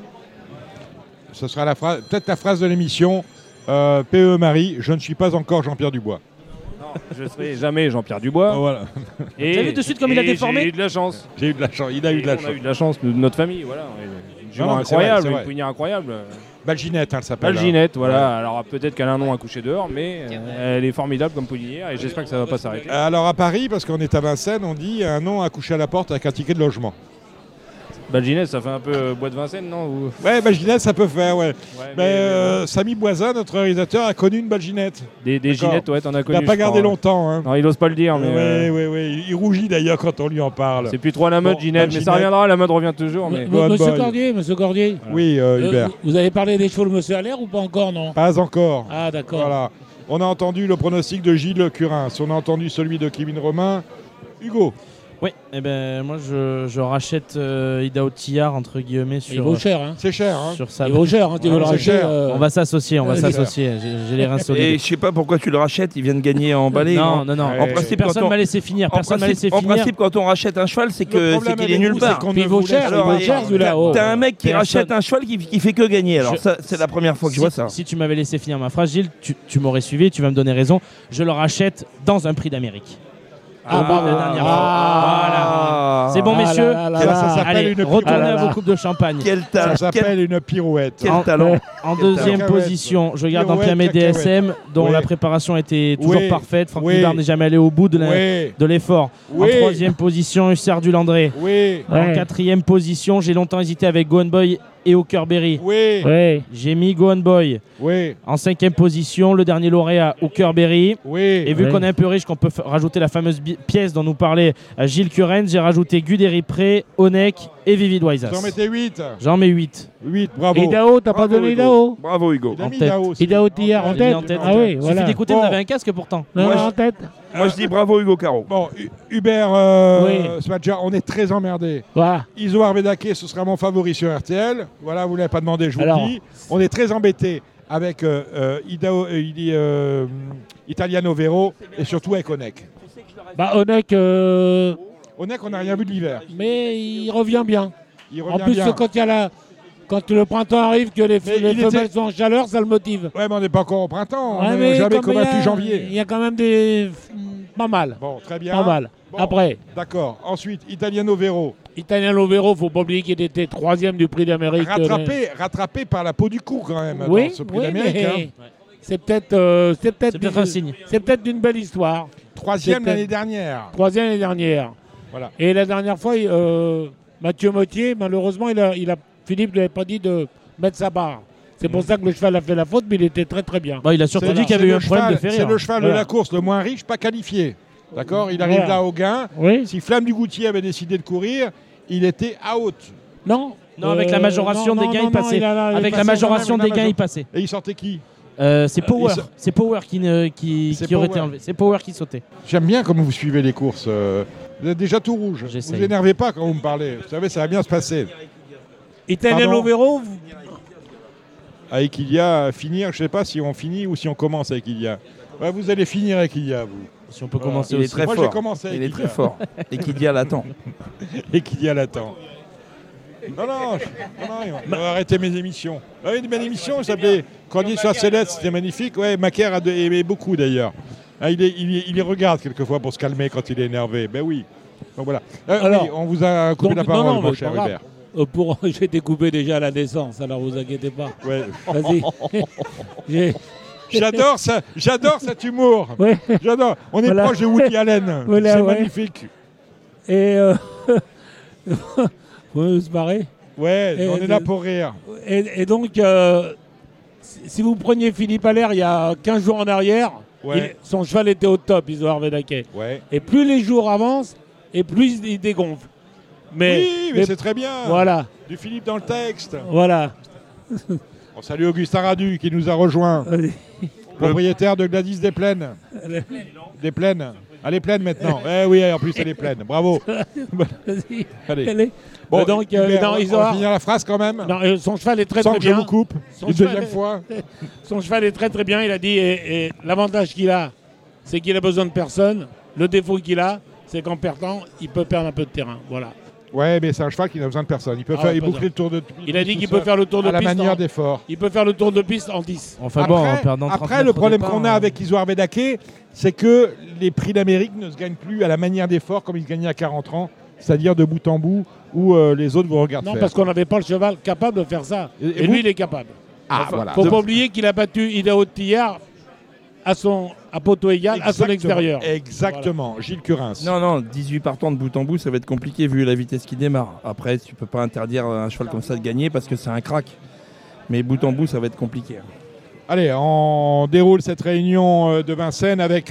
Ce sera peut-être la phrase de l'émission. PE Marie, je ne suis pas encore Jean-Pierre Dubois. Non, je ne serai jamais Jean-Pierre Dubois. Voilà. Et tu as vu de suite comme il a déformé? J'ai eu de la chance. Il a eu de la chance. On a eu de la chance de notre famille, voilà. Une jument incroyable, une poulinière incroyable. Balginette, elle s'appelle. Balginette, voilà. Ouais. Alors peut-être qu'elle a un nom à coucher dehors, mais elle est formidable comme poulinière et j'espère que ça ne va pas s'arrêter. Alors à Paris, parce qu'on est à Vincennes, on dit un nom à coucher à la porte avec un ticket de logement. Balginette, ça fait un peu bois de Vincennes, non? Ouais, Balginette, ça peut faire, ouais. Mais Samy Boisin, notre réalisateur, a connu une Balginette. Des Ginettes, ouais, t'en as connu. Il n'a pas gardé longtemps. Hein. Non, il n'ose pas le dire. Mais oui. Il rougit d'ailleurs quand on lui en parle. C'est plus trop à la mode, Ginette, mais ça reviendra, la mode revient toujours. Mais... Monsieur Cordier. Voilà. Oui, Hubert. Vous avez parlé des chevaux de Monsieur Allaire ou pas encore, non? Pas encore. Ah, d'accord. Voilà. On a entendu le pronostic de Gilles Curin. On a entendu celui de Kevin Romain. Hugo. Oui, moi je rachète Idaho Tiar entre guillemets sur. Il vaut cher, hein. C'est cher, hein. Sur sa... Il vaut cher, hein. Tu veux le racheter. On va s'associer, J'ai les reins solides. Et je sais pas pourquoi tu le rachètes, il vient de gagner en balai. Non. En principe, personne m'a laissé finir. En principe, quand on rachète un cheval, c'est qu'il est nulle part. Il vaut cher, celui-là. T'as un mec qui rachète un cheval qui fait que gagner. Alors ça, c'est la première fois que je vois ça. Si tu m'avais laissé finir ma phrase, Gilles, tu m'aurais suivi, tu vas me donner raison. Je le rachète dans un prix d'Amérique. la dernière fois. Voilà. C'est bon, messieurs. Ça s'appelle Allez, une retournez à vos coupes de champagne. Ça s'appelle une pirouette. Quel talent. En deuxième Cacahuète. position, je regarde un Pirouette, PME cacahuète. DSM dont Oui. la préparation était toujours Oui. parfaite. Franck Oui. Libard n'est jamais allé au bout de l'effort. Oui. En troisième position, Hussard du Landré. Oui, En quatrième position, j'ai longtemps hésité avec Gohan Boy et Hookerberry. oui, Ouais. J'ai mis Gohan Boy. oui, En cinquième position, le dernier lauréat, Hookerberry. oui. Et vu Ouais. qu'on est un peu riche, qu'on peut rajouter la fameuse pièce dont nous parlait Gilles Curren, j'ai rajouté Guderi Pré, Onek et Vivid Waisas. Vous en mettez 8. J'en mets 8. 8, bravo. Idao, t'as pas donné Idao? Bravo Hugo. Il a en mis tête. Idao aussi. Idao hier en Je l'ai mis tête. en tête. Ah oui, Il voilà. suffit d'écouter, Bon. vous avez un casque pourtant. Non, Moi, en tête. Moi je dis bravo Hugo Caro. Bon, Hubert Oui. Smadja, on est très emmerdés. Voilà. Iso Arvedake, ce sera mon favori sur RTL. Voilà, vous ne l'avez pas demandé, je vous Alors. le dis. On est très embêtés avec Italiano Vero et surtout avec Onek. Bah, Onek, Onek, on n'a rien vu de l'hiver. mais il revient bien. Il En revient plus, bien. quand le printemps arrive, que les Mais il femelles était- sont en chaleur, ça le motive. Ouais, mais on n'est pas encore au printemps. Ouais, on mais n'est jamais comme comme il y a- à janvier. Il y a quand même des. Pas mal. Bon, très bien. Pas mal. Bon, Après, D'accord. Ensuite, Italiano Vero. Italien Lovero, faut pas oublier qu'il était 3e du prix d'Amérique. Rattrapé par la peau du cou quand même Oui, dans ce prix oui, d'Amérique. mais Hein. c'est peut-être C'est peut-être un signe. c'est peut-être une belle histoire. 3e c'est l'année dernière. 3e l'année dernière. Voilà. Et la dernière fois, Mathieu Mottier, malheureusement, Philippe ne lui avait pas dit de mettre sa barre. C'est pour ça que le cheval a fait la faute, mais il était très très bien. Bah, il a surtout C'est- dit qu'il y avait c'est eu le un problème de cheval- ferrure. C'est le cheval de Voilà. la course le moins riche, pas qualifié. D'accord. Il arrive Voilà. là au gain. Oui. Si Flamme du Goutier avait décidé de courir, il était out. Non. Non, avec la majoration des gains, il passait. Avec la majoration des gains, il passait. Et il sortait qui? C'est Power. il se- C'est Power qui C'est aurait Power. été enlevé. C'est Power qui sautait. J'aime bien comment vous suivez les courses. Vous êtes déjà tout rouge. J'essaye. Vous énervez pas quand vous me parlez. Vous savez, ça va bien se passer. Italien Pardon. Lovero, Avec Ilia, finir, je sais pas si on finit ou si on commence avec Ilia. Ouais, vous allez finir avec Ilia, vous. Si on peut Voilà. commencer Il est aussi. très Moi, j'ai fort. commencé avec Il est Ilia. très fort. Et qui dit à l'attend. Et qu'Ilia l'attend. Non, il va arrêter mes émissions. Ah oui, une belle émission, ça s'appelait Cornier sur la Céleste, c'était magnifique. Ouais, Macaire a aimé beaucoup d'ailleurs. Ah, il les regarde quelquefois pour se calmer quand il est énervé. Ben oui. Donc voilà. Alors, oui, on vous a coupé donc, la parole, non, mon mais c'est cher pas grave. Hubert. j'ai été coupé déjà à la naissance, alors vous inquiétez pas. Ouais. Vas-y. J'adore cet humour. Ouais. J'adore. On est Voilà. proche de Woody Allen. Voilà, C'est ouais. magnifique. Et faut se marrer. Ouais, Et on est là pour rire. Et donc, si vous preniez Philippe Allaire il y a 15 jours en arrière, Ouais. son cheval était au top, Iso Arvedake. Ouais. Et plus les jours avancent, et plus il dégonfle. Oui, mais c'est très bien. Voilà, Du Philippe dans le texte. voilà. On salue Augustin Radu qui nous a rejoint. Propriétaire de Gladys des Plaines. Des Plaines. Elle est pleine maintenant. Eh oui, en plus elle est pleine. Bravo. Vas-y. Allez. Allez. Bon, donc, Hubert, non, on Iso va Ar- finir la phrase quand même. non, son cheval est très Sans très que je bien. vous coupe. Son Une cheval deuxième est- fois. Son cheval est très très bien, il a dit, et l'avantage qu'il a, c'est qu'il a besoin de personne. Le défaut qu'il a, c'est qu'en perdant, il peut perdre un peu de terrain. Voilà. Ouais, mais c'est un cheval qui n'a besoin de personne. Il peut Ah, faire ouais, boucler pas le tour de. Il a dit tout qu'il seul, peut faire le tour de à la piste. manière d'effort. Il peut faire le tour de piste en 10. Enfin bon, en perdant 30 Après, le mètres au problème départ, qu'on a avec Iso Arvedake, c'est que les prix d'Amérique ne se gagnent plus à la manière d'effort comme ils se gagnaient à 40 ans, c'est-à-dire de bout en bout, où les autres vous regardent Non, faire. parce qu'on n'avait pas le cheval capable de faire ça. Et Et vous lui, il est capable. Ah, voilà. Faut pas oublier qu'il a battu Idaho Tillard à poteau égal, à son Exactement. extérieur. Exactement, Gilles Curins. Non, 18 partants de bout en bout, ça va être compliqué vu la vitesse qui démarre. Après, tu peux pas interdire à un cheval comme ça de gagner parce que c'est un crack. Mais bout en bout, ça va être compliqué. Allez, on déroule cette réunion de Vincennes avec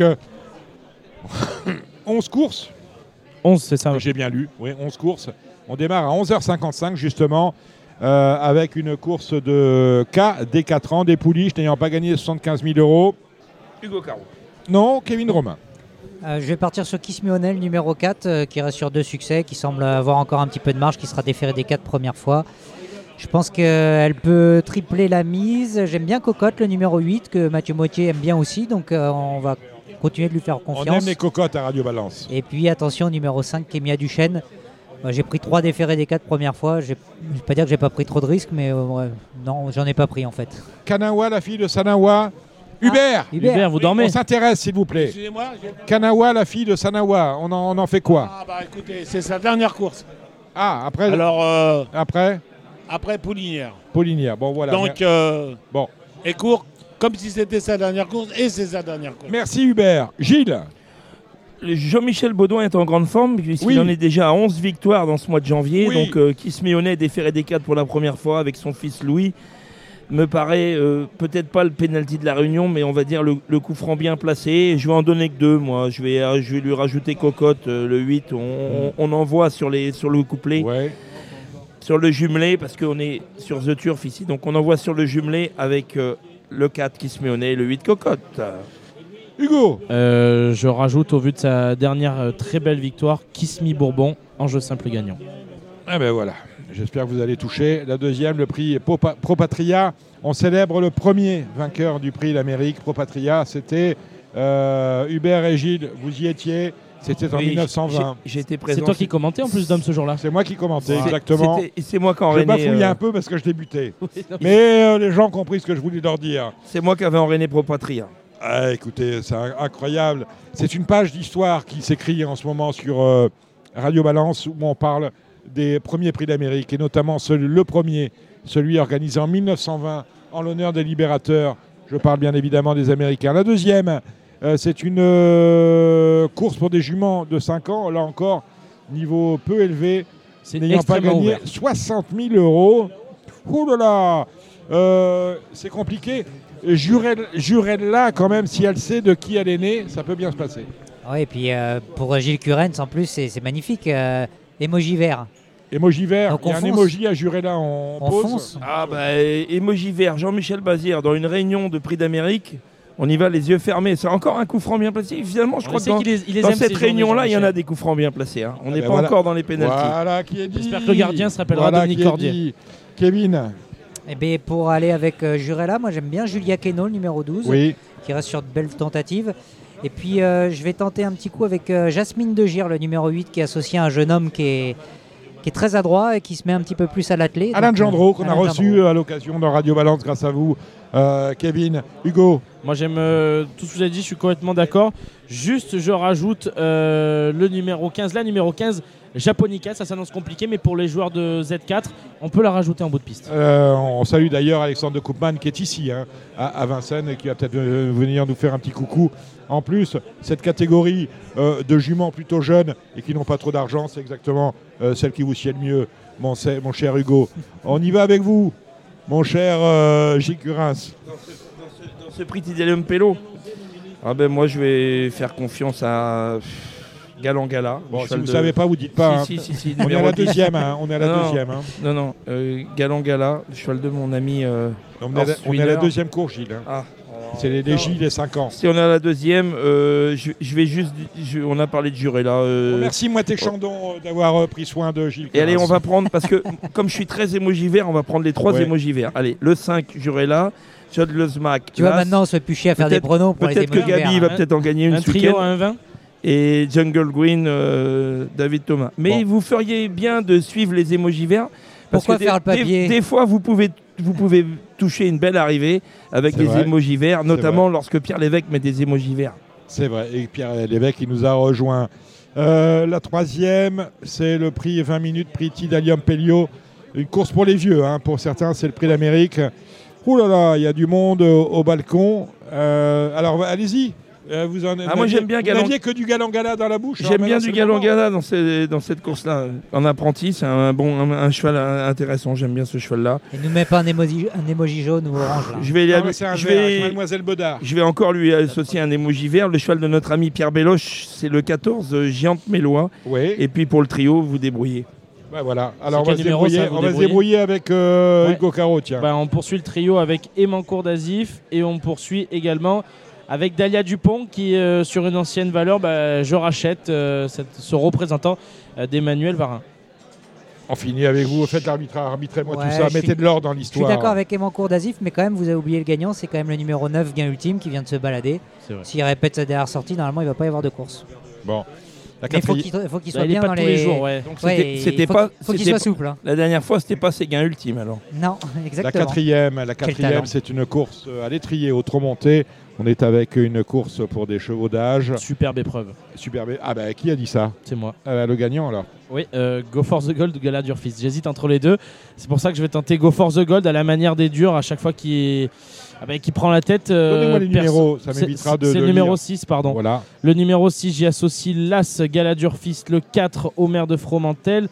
11 courses. 11, c'est ça. J'ai bien lu, oui, 11 courses. On démarre à 11h55 justement avec une course de K dès 4 ans, des pouliches n'ayant pas gagné 75 000 €. Hugo Caro. Non, Kevin Romain. Je vais partir sur Kiss Me O'Neill, numéro 4, qui reste sur 2 succès, qui semble avoir encore un petit peu de marge, qui sera déféré des 4 premières fois. Je pense qu'elle peut tripler la mise. J'aime bien Cocotte, le numéro 8, que Mathieu Mottier aime bien aussi, donc on va continuer de lui faire On confiance. aime les cocottes à Radio Balance. Et puis attention, numéro 5, Kémia Duchesne. J'ai pris 3 déférés des 4 premières fois. Je ne vais pas dire que j'ai pas pris trop de risques, mais ouais, non, j'en ai pas pris en fait. Kanawa, la fille de Sanawa, Hubert, Hubert, vous dormez? On s'intéresse, s'il vous plaît. Excusez-moi. Kanawa, la fille de Sanawa, on en fait quoi? Ah bah écoutez, c'est sa dernière course. Ah, après Alors, après Poulinière. Poulinière, bon voilà. Donc, bon. Et court comme si c'était sa dernière course, et c'est sa dernière course. Merci Hubert. Gilles? Jean-Michel Baudouin est en grande forme, puisqu'il en est déjà à 11 victoires dans ce mois de janvier. Oui. Donc, Kismionet déféré des 4 pour la première fois avec son fils Louis. Me paraît peut-être pas le pénalty de la Réunion, mais on va dire le coup franc bien placé. Je vais en donner que 2, moi. Je vais lui rajouter Cocotte, le 8. On en voit sur le couplet. Ouais. Sur le jumelé, parce qu'on est sur The Turf ici. Donc on en voit sur le jumelé avec le 4 Kismionet et le 8 Cocotte. Hugo? Je rajoute, au vu de sa dernière très belle victoire, Kismi Bourbon, enjeu simple gagnant. Ah ben voilà. J'espère que vous allez toucher. La deuxième, le prix Pro Patria. On célèbre le premier vainqueur du prix l'Amérique. Pro Patria, c'était Hubert et Gilles. Vous y étiez. C'était en 1920. J'étais présent. C'est toi qui commentais en plus, Dom, ce jour-là? C'est moi qui commentais, exactement. C'est moi qui Je enraîné. bafouillais un peu parce que je débutais. Mais les gens ont compris ce que je voulais leur dire. C'est moi qui avais enraîné Pro Patria. Ah, écoutez, c'est incroyable. C'est une page d'histoire qui s'écrit en ce moment sur Radio Balance où on parle des premiers prix d'Amérique et notamment le premier, celui organisé en 1920 en l'honneur des libérateurs. Je parle bien évidemment des Américains. La deuxième, c'est une course pour des juments de 5 ans. Là encore, niveau peu élevé, n'ayant pas gagné ouvert. 60 000 euros. Ouh là là, c'est compliqué. Jurez-la quand même, si elle sait de qui elle est née, ça peut bien se passer. Oui, et puis pour Gilles Curens, en plus, c'est magnifique. Emoji vert. Emoji vert, Donc il y a on un fonce. emoji à Jurez-la en On pause. fonce. Ah bah, emoji vert, Jean-Michel Bazir, dans une réunion de prix d'Amérique, on y va les yeux fermés. C'est encore un coup franc bien placé. Finalement, je crois que dans cette réunion-là, il y en a des coups francs bien placés. Hein. On n'est pas encore dans les pénaltys. Voilà qui est dit. J'espère que le gardien se rappellera Dominique Cordier. Kevin? Eh bien, pour aller avec Jurella, moi j'aime bien Julia Keno, le numéro 12, qui reste sur de belles tentatives. Et puis je vais tenter un petit coup avec Jasmine De Gire, le numéro 8, qui est associé à un jeune homme qui est très adroit et qui se met un petit peu plus à l'attelé. Alain Gendreau, qu'on a reçu à l'occasion de Radio Balance grâce à vous. Kevin, Hugo? Moi j'aime tout ce que vous avez dit, je suis complètement d'accord. Juste je rajoute le numéro 15, la numéro 15, Japonica, ça s'annonce compliqué, mais pour les joueurs de Z4, on peut la rajouter en bout de piste. On salue d'ailleurs Alexandre de Koopman qui est ici à Vincennes et qui va peut-être venir nous faire un petit coucou. En plus, cette catégorie de juments plutôt jeunes et qui n'ont pas trop d'argent, c'est exactement celle qui vous sied le mieux, mon cher Hugo. On y va avec vous, mon cher Gilles Curens. Dans ce prix Tidalium Pello, moi je vais faire confiance à Galant Gala. Bon, si vous ne savez pas, vous dites pas. Si, on est à la deuxième. On est à la deuxième. Non. Galant Gala, le cheval de mon ami. On est à la deuxième course, Gilles. C'est les Gilles, les 5 ans. Si on est à la deuxième, je vais juste. On a parlé de Jurella. Merci, Moité Chandon, d'avoir pris soin de Gilles. Et allez, on va prendre, parce que comme je suis très émoji vert, on va prendre les 3 émojis verts. Allez, le 5, Jurella. Chad Lezmac. Tu vois, maintenant, on se fait plus chier à faire des pronos pour les émojis verts. Peut-être que Gabi va peut-être en gagner une. Un trio à 1,20 et Jungle Green, David Thomas. Mais vous feriez bien de suivre les émojis verts. Parce Pourquoi que faire le papier des fois, vous pouvez toucher une belle arrivée avec des émojis verts, notamment lorsque Pierre Lévesque met des émojis verts. C'est vrai, et Pierre Lévesque, il nous a rejoint. La troisième, c'est le prix 20 minutes, prix Tidalium Pello. Une course pour les vieux, pour certains, c'est le prix d'Amérique. Ouh là là, il y a du monde au balcon. Alors, allez-y. Moi j'aime bien Galant. Vous n'aviez que du Galant Gala dans la bouche. J'aime bien du Galant Gala dans cette course-là. En apprenti, c'est un cheval intéressant. J'aime bien ce cheval-là. Et ne met pas un emoji jaune ou orange. Là. Je vais Mademoiselle Bedard. Je vais encore lui associer un emoji vert. Le cheval de notre ami Pierre Belloche, c'est le 14, Giante Mélois. Oui. Et puis pour le trio, vous débrouillez. Voilà. Alors on va se débrouiller avec Hugo Caro. Tiens. On poursuit le trio avec Emancourt d'Azif et on poursuit également avec Dalia Dupont qui, sur une ancienne valeur, je rachète ce représentant d'Emmanuel Varin. On finit avec vous, faites arbitrez-moi tout ça, mettez de l'ordre dans l'histoire. Je suis d'accord avec Emancourt d'Azif, mais quand même, vous avez oublié le gagnant, c'est quand même le numéro 9, Gain Ultime, qui vient de se balader. S'il répète sa dernière sortie, normalement, il ne va pas y avoir de course. Bon. Il faut qu'il soit bien dans tous les jours. Donc faut qu'il soit souple. La dernière fois, c'était pas ses gains ultimes alors. Non, exactement. La quatrième, c'est une course à l'étrier au trop monté. On est avec une course pour des chevaux d'âge. Superbe épreuve. Superbe. Ah bah qui a dit ça? C'est moi. Le gagnant alors. Oui, Go for the Gold ou Galadur Fist. J'hésite entre les deux. C'est pour ça que je vais tenter Go for the Gold à la manière des durs à chaque fois qu'il prend la tête. Donnez-moi les numéros, ça m'évitera de. C'est le numéro 6, pardon. Voilà. Le numéro 6, j'y associe l'As Galadur Fist, le 4 Omer de Fromentel.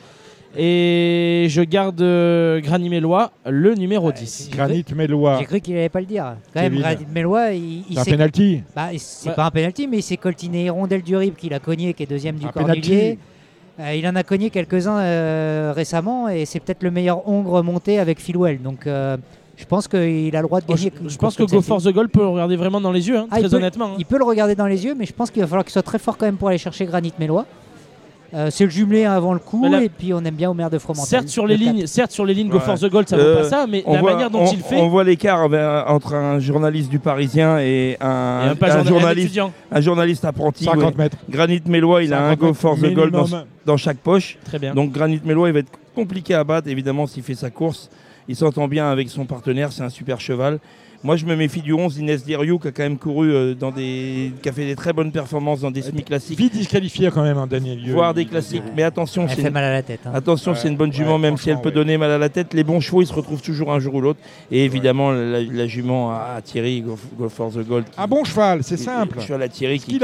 Et je garde Granit Mélois, le numéro 10. Granit Mélois. J'ai cru qu'il n'allait pas le dire. Quand même, Granit Mélois, c'est un penalty. C'est pas un penalty, mais il s'est coltiné Hirondelle du Rib qu'il a cogné, qui est deuxième du Cordelier. Il en a cogné quelques-uns récemment et c'est peut-être le meilleur Hongre monté avec Philwell. Donc je pense qu'il a le droit de gagner. Je pense que Go for the Goal peut le regarder vraiment dans les yeux, très honnêtement. Il peut le regarder dans les yeux, mais je pense qu'il va falloir qu'il soit très fort quand même pour aller chercher Granit Mélois. C'est le jumelé avant le coup et puis on aime bien Omer de Fromentel. Certes sur les lignes Go for the Gold ça vaut pas ça, mais la manière dont il fait. On voit l'écart entre un journaliste du Parisien et un journaliste apprenti. 50 mètres. Granit Mélois, il a un Go for the Gold dans chaque poche. Très bien. Donc Granit Mélois, il va être compliqué à battre évidemment s'il fait sa course. Il s'entend bien avec son partenaire, c'est un super cheval. Moi, je me méfie du 11, Inès Diriou, qui a quand même couru qui a fait des très bonnes performances dans des semi-classiques. Vite disqualifié quand même, Daniel Lieu. Voire des classiques. Mais attention, elle fait mal à la tête. Attention, c'est une bonne jument, même si elle peut donner mal à la tête. Les bons chevaux, ils se retrouvent toujours un jour ou l'autre. Et évidemment, la jument à Thierry, Go for the Gold. Un bon cheval, c'est simple. Le cheval à Thierry qui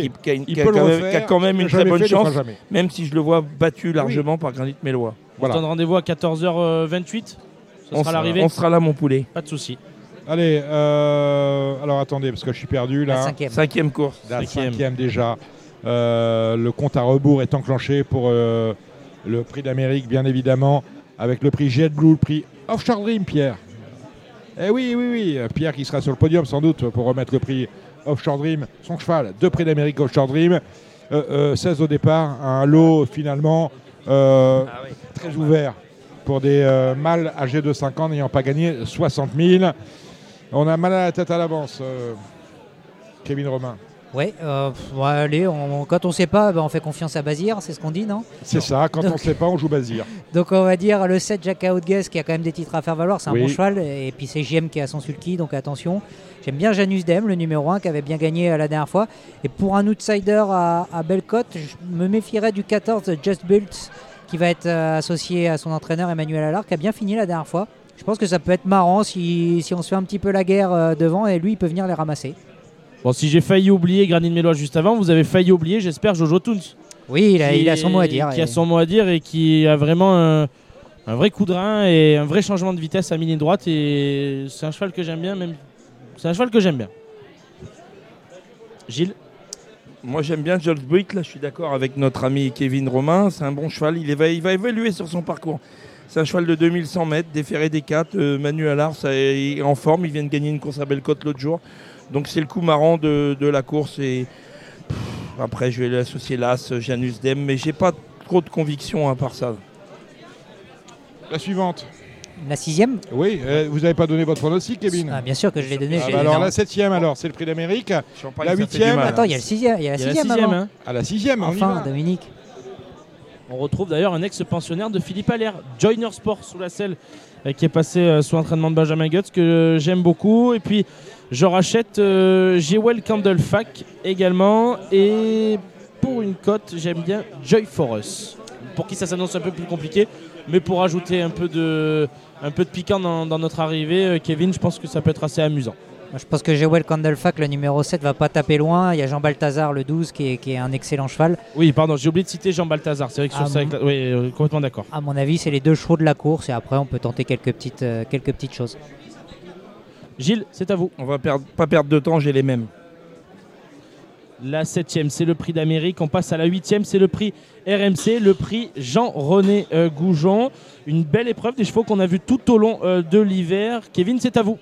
a quand même une très bonne chance, même si je le vois battu largement par Granit Mélois. On se donne rendez-vous à 14h28. Ce sera l'arrivée. On sera là, mon poulet. Pas de souci. Allez, alors attendez, parce que je suis perdu là. Cinquième course. La cinquième déjà. Le compte à rebours est enclenché pour le prix d'Amérique, bien évidemment, avec le prix JetBlue, le prix Offshore Dream, Pierre. Eh oui, Pierre qui sera sur le podium sans doute pour remettre le prix Offshore Dream, son cheval, 2 prix d'Amérique Offshore Dream. 16 au départ, un lot finalement très ouvert pour des mâles âgés de 5 ans n'ayant pas gagné 60 000. On a mal à la tête à l'avance, Kevin Romain. Oui, allez, quand on ne sait pas, on fait confiance à Bazir, c'est ce qu'on dit, non? C'est ça, quand on ne sait pas, on joue Bazir. Donc on va dire le 7 Jacques Outguess qui a quand même des titres à faire valoir, c'est un bon cheval. Et puis c'est JM qui a son sulky, donc attention. J'aime bien Janus Dem, le numéro 1, qui avait bien gagné la dernière fois. Et pour un outsider à Bellecote, je me méfierais du 14 Just Built, qui va être associé à son entraîneur Emmanuel Allard, qui a bien fini la dernière fois. Je pense que ça peut être marrant si on se fait un petit peu la guerre devant et lui il peut venir les ramasser. Bon, si j'ai failli oublier Granit Mélois juste avant, vous avez failli oublier, j'espère, Jojo Toons. Oui, il a son mot à dire. Qui a son mot à dire et qui a vraiment un vrai coup de rein et un vrai changement de vitesse à mi-ligne droite. Et c'est un cheval que j'aime bien, C'est un cheval que j'aime bien. Gilles? Moi j'aime bien George Buick, là je suis d'accord avec notre ami Kevin Romain, c'est un bon cheval, il va évoluer sur son parcours. C'est un cheval de 2100 mètres, déféré des 4, Manu Allard est en forme, il vient de gagner une course à Bellecote l'autre jour. Donc c'est le coup marrant de la course et après je vais l'associer l'As, Janus Dem, mais j'ai pas trop de conviction à part ça. La suivante. La 6e? Oui, vous n'avez pas donné votre pronostic, Kevin? Bien sûr que je l'ai donné. Alors la 7e, alors c'est le prix d'Amérique. La 8e. Attends, il y a le 6e. Il y a la 6e. Hein. À la 6e, enfin, Dominique. On retrouve d'ailleurs un ex-pensionnaire de Philippe Allaire, Joyner Sport sous la selle, qui est passé sous l'entraînement de Benjamin Guts, que j'aime beaucoup. Et puis je rachète Jewel Candlefac également. Et pour une cote, j'aime bien Joy for Us. Pour qui ça s'annonce un peu plus compliqué, mais pour ajouter un peu de piquant dans notre arrivée, Kevin, je pense que ça peut être assez amusant. Je pense que Jewel Candlefac, le numéro 7, va pas taper loin. Il y a Jean Balthazar, le 12, qui est un excellent cheval. Oui, pardon, j'ai oublié de citer Jean Balthazar. C'est vrai que sur ça, oui, complètement d'accord. À mon avis, c'est les 2 chevaux de la course et après, on peut tenter quelques petites choses. Gilles, c'est à vous. On va pas perdre de temps, j'ai les mêmes. La 7e, c'est le prix d'Amérique. On passe à la 8e, c'est le prix RMC, le prix Jean-René Goujon. Une belle épreuve, des chevaux qu'on a vus tout au long de l'hiver. Kevin, c'est à vous.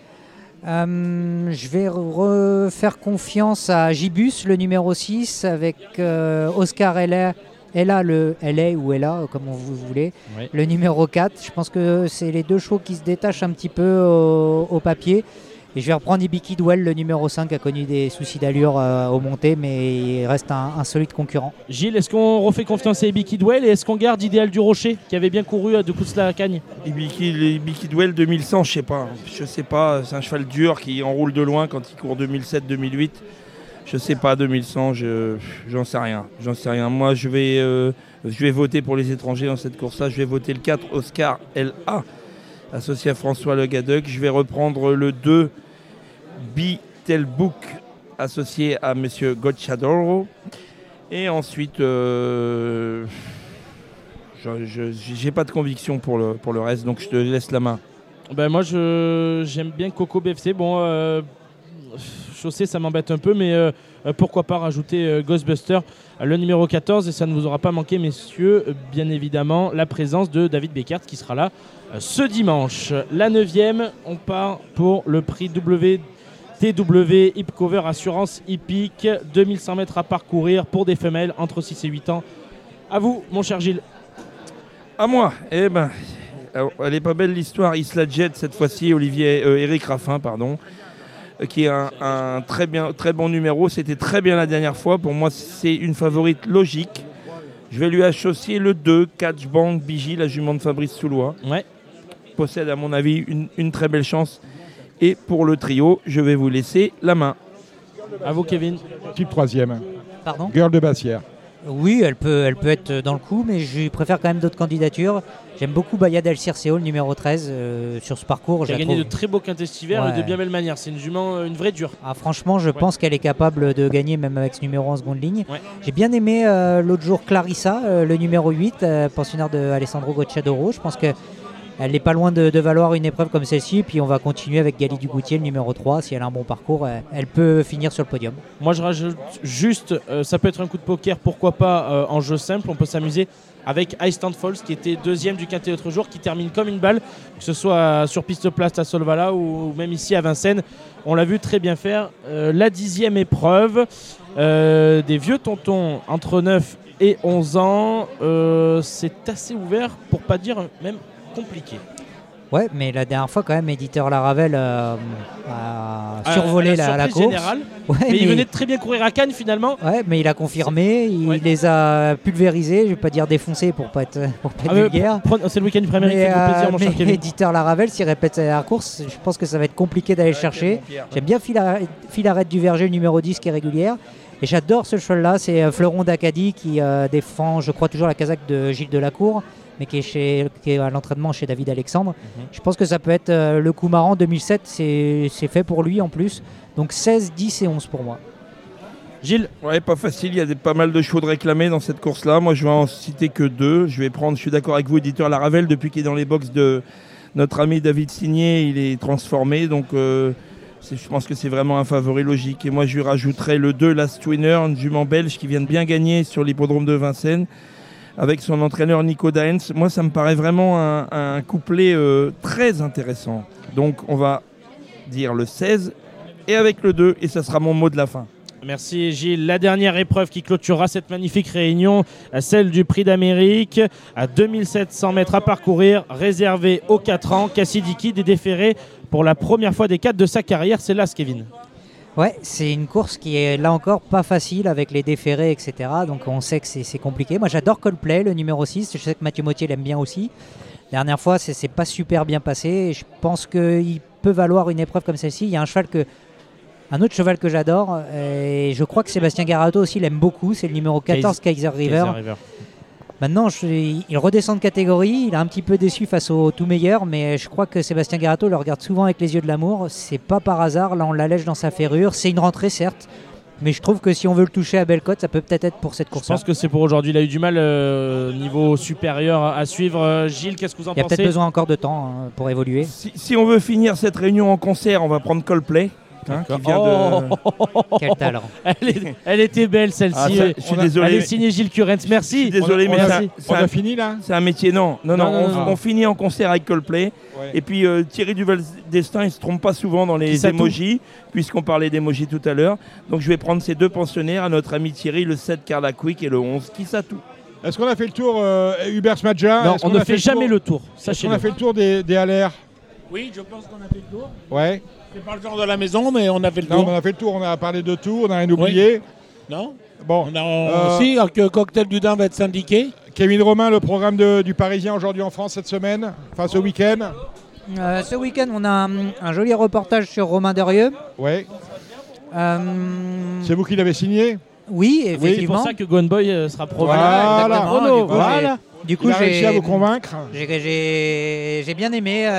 Je vais refaire confiance à Gibus, le numéro 6, avec Oscar Ella, comme vous voulez, oui. Le numéro 4. Je pense que c'est les 2 chevaux qui se détachent un petit peu au papier. Et je vais reprendre Ibi Kidwell, le numéro 5, qui a connu des soucis d'allure au montées, mais il reste un solide concurrent. Gilles, est-ce qu'on refait confiance à Ibi Kidwell et est-ce qu'on garde Idéal du Rocher, qui avait bien couru de Cousla-Cagne? Ibi Kidwell 2100, je sais pas, c'est un cheval dur qui enroule de loin quand il court 2007-2008. Je sais pas, 2100, j'en sais rien. Moi, je vais voter pour les étrangers dans cette course-là. Je vais voter le 4, Oscar L.A., associé à François Le Gadec. Je vais reprendre le 2, Beetlebook, associé à M. Gocciadoro. Et ensuite, j'ai pas de conviction pour le reste, donc je te laisse la main. Ben moi, j'aime bien Coco BFC. Bon, Chaussée, ça m'embête un peu, mais pourquoi pas rajouter Ghostbuster, le numéro 14, et ça ne vous aura pas manqué, messieurs, bien évidemment, la présence de David Beckert qui sera là ce dimanche. La 9e, on part pour le prix WTW Hipcover Assurance Hippique, 2100 mètres à parcourir pour des femelles entre 6 et 8 ans. À vous, mon cher Gilles. À moi. Eh ben, elle est pas belle l'histoire. Isla Jet cette fois-ci, Eric Raffin, pardon, qui est un très bon numéro. C'était très bien la dernière fois. Pour moi, c'est une favorite logique. Je vais lui associer le 2, Catch Bank Bigi, la jument de Fabrice Soulois. Ouais. Possède, à mon avis, une très belle chance. Et pour le trio, je vais vous laisser la main. À vous, Kevin. Type 3e. Pardon ? Girl de Bassière. Oui, elle peut être dans le coup, mais je préfère quand même d'autres candidatures. J'aime beaucoup Bayad El Circeo, le numéro 13, sur ce parcours. Elle a gagné de très beaux quintés cet hiver et de bien belle manière. C'est une jument, une vraie dure. Ah, franchement, je pense qu'elle est capable de gagner même avec ce numéro en seconde ligne. Ouais. J'ai bien aimé l'autre jour Clarissa, le numéro 8, pensionnaire de Alessandro Gocciadoro. Je pense qu'elle n'est pas loin de valoir une épreuve comme celle-ci. Puis on va continuer avec Gali Dugoutier, le numéro 3. Si elle a un bon parcours, elle peut finir sur le podium. Moi, je rajoute juste, ça peut être un coup de poker, pourquoi pas en jeu simple. On peut s'amuser avec High Stand Falls, qui était deuxième du quintet l'autre jour, qui termine comme une balle, que ce soit sur piste plate à Solvala ou même ici à Vincennes. On l'a vu très bien faire. La 10e épreuve, des vieux tontons entre 9 et 11 ans. C'est assez ouvert, pour pas dire même compliqué. Ouais, mais la dernière fois, quand même, Éditeur Laravel a survolé la course. Ouais, mais il venait de très bien courir à Cannes finalement. Ouais, mais il a confirmé, il les a pulvérisés, je vais pas dire défoncés pour pas être vulgaire. C'est le week-end du Premier League, fait plaisir, mon cher Kevin. Éditeur Laravel, s'il répète la course, je pense que ça va être compliqué d'aller le chercher. J'aime bien Filarette du Verger, le numéro 10, qui est régulière. Et j'adore ce cheval-là, c'est Fleuron d'Acadie qui défend, je crois, toujours la casaque de Gilles Delacour, mais qui est à l'entraînement chez David Alexandre. Je pense que ça peut être le coup marrant. 2007, c'est fait pour lui en plus. Donc 16, 10 et 11 pour moi. Gilles ? Ouais, pas facile, il y a pas mal de chevaux de réclamer dans cette course-là. Moi, je vais en citer que 2. Je suis d'accord avec vous, Éditeur Laravel, depuis qu'il est dans les box de notre ami David Signé, il est transformé. Donc je pense que c'est vraiment un favori logique. Et moi, je lui rajouterai le 2, Last Winner, une jument belge qui vient de bien gagner sur l'hippodrome de Vincennes, avec son entraîneur Nico Daens. Moi, ça me paraît vraiment un couplet très intéressant. Donc, on va dire le 16 et avec le 2, et ça sera mon mot de la fin. Merci Gilles. La dernière épreuve qui clôturera cette magnifique réunion, celle du Prix d'Amérique, à 2700 mètres à parcourir, réservée aux 4 ans. Kassidiki est déféré pour la première fois des 4 de sa carrière. C'est là, Kevin. Ouais, c'est une course qui est là encore pas facile avec les déférés, etc. Donc on sait que c'est compliqué. Moi j'adore Coldplay, le numéro 6. Je sais que Mathieu Mottier l'aime bien aussi. La dernière fois, c'est pas super bien passé. Je pense qu'il peut valoir une épreuve comme celle-ci. Il y a un autre cheval que j'adore. Et je crois que Sébastien Garato aussi l'aime beaucoup. C'est le numéro 14, Kaiser River. Maintenant, il redescend de catégorie. Il a un petit peu déçu face au tout meilleur, mais je crois que Sébastien Garato le regarde souvent avec les yeux de l'amour. C'est pas par hasard. Là, on l'allège dans sa ferrure. C'est une rentrée, certes, mais je trouve que si on veut le toucher à belle cote, ça peut peut-être être pour cette course. Je pense que c'est pour aujourd'hui. Il a eu du mal niveau supérieur à suivre. Gilles, qu'est-ce que vous en pensez ? Il y a peut-être besoin encore de temps pour évoluer. Si on veut finir cette réunion en concert, on va prendre Coldplay. Qui vient de... Quel talent. Elle était belle celle-ci. Je suis désolé. Elle est signée Gilles Currens. Merci. Désolé, mais on a fini là. C'est un métier. Non. On finit en concert avec Coldplay. Ouais. Et puis Thierry Duval-Destin, il se trompe pas souvent dans les émojis, puisqu'on parlait d'émojis tout à l'heure. Donc je vais prendre ces 2 pensionnaires à notre ami Thierry, le 7 Carla Quick et le 11 Kisatou. Est-ce qu'on a fait le tour Hubert Smadja? Non, on ne fait jamais le tour. Est-ce qu'on a fait le tour des LR? Oui, je pense qu'on a fait le tour. Ouais. C'est pas le genre de la maison, mais on a fait le Non, tour. on a fait le tour, on a parlé de tout, on a rien oublié. Non. Bon, On a aussi que Cocktail du Dain va être syndiqué. Kevin Romain, le programme du Parisien aujourd'hui en France cette semaine, enfin ce week-end. Ce week-end, on a un joli reportage sur Romain Derieux. Ouais. Euh, C'est vous qui l'avez signé? oui, C'est effectivement. pour ça que Gone Boy sera pro. Voilà. Exactement. Voilà. Du coup, Il a réussi à vous convaincre. j'ai bien aimé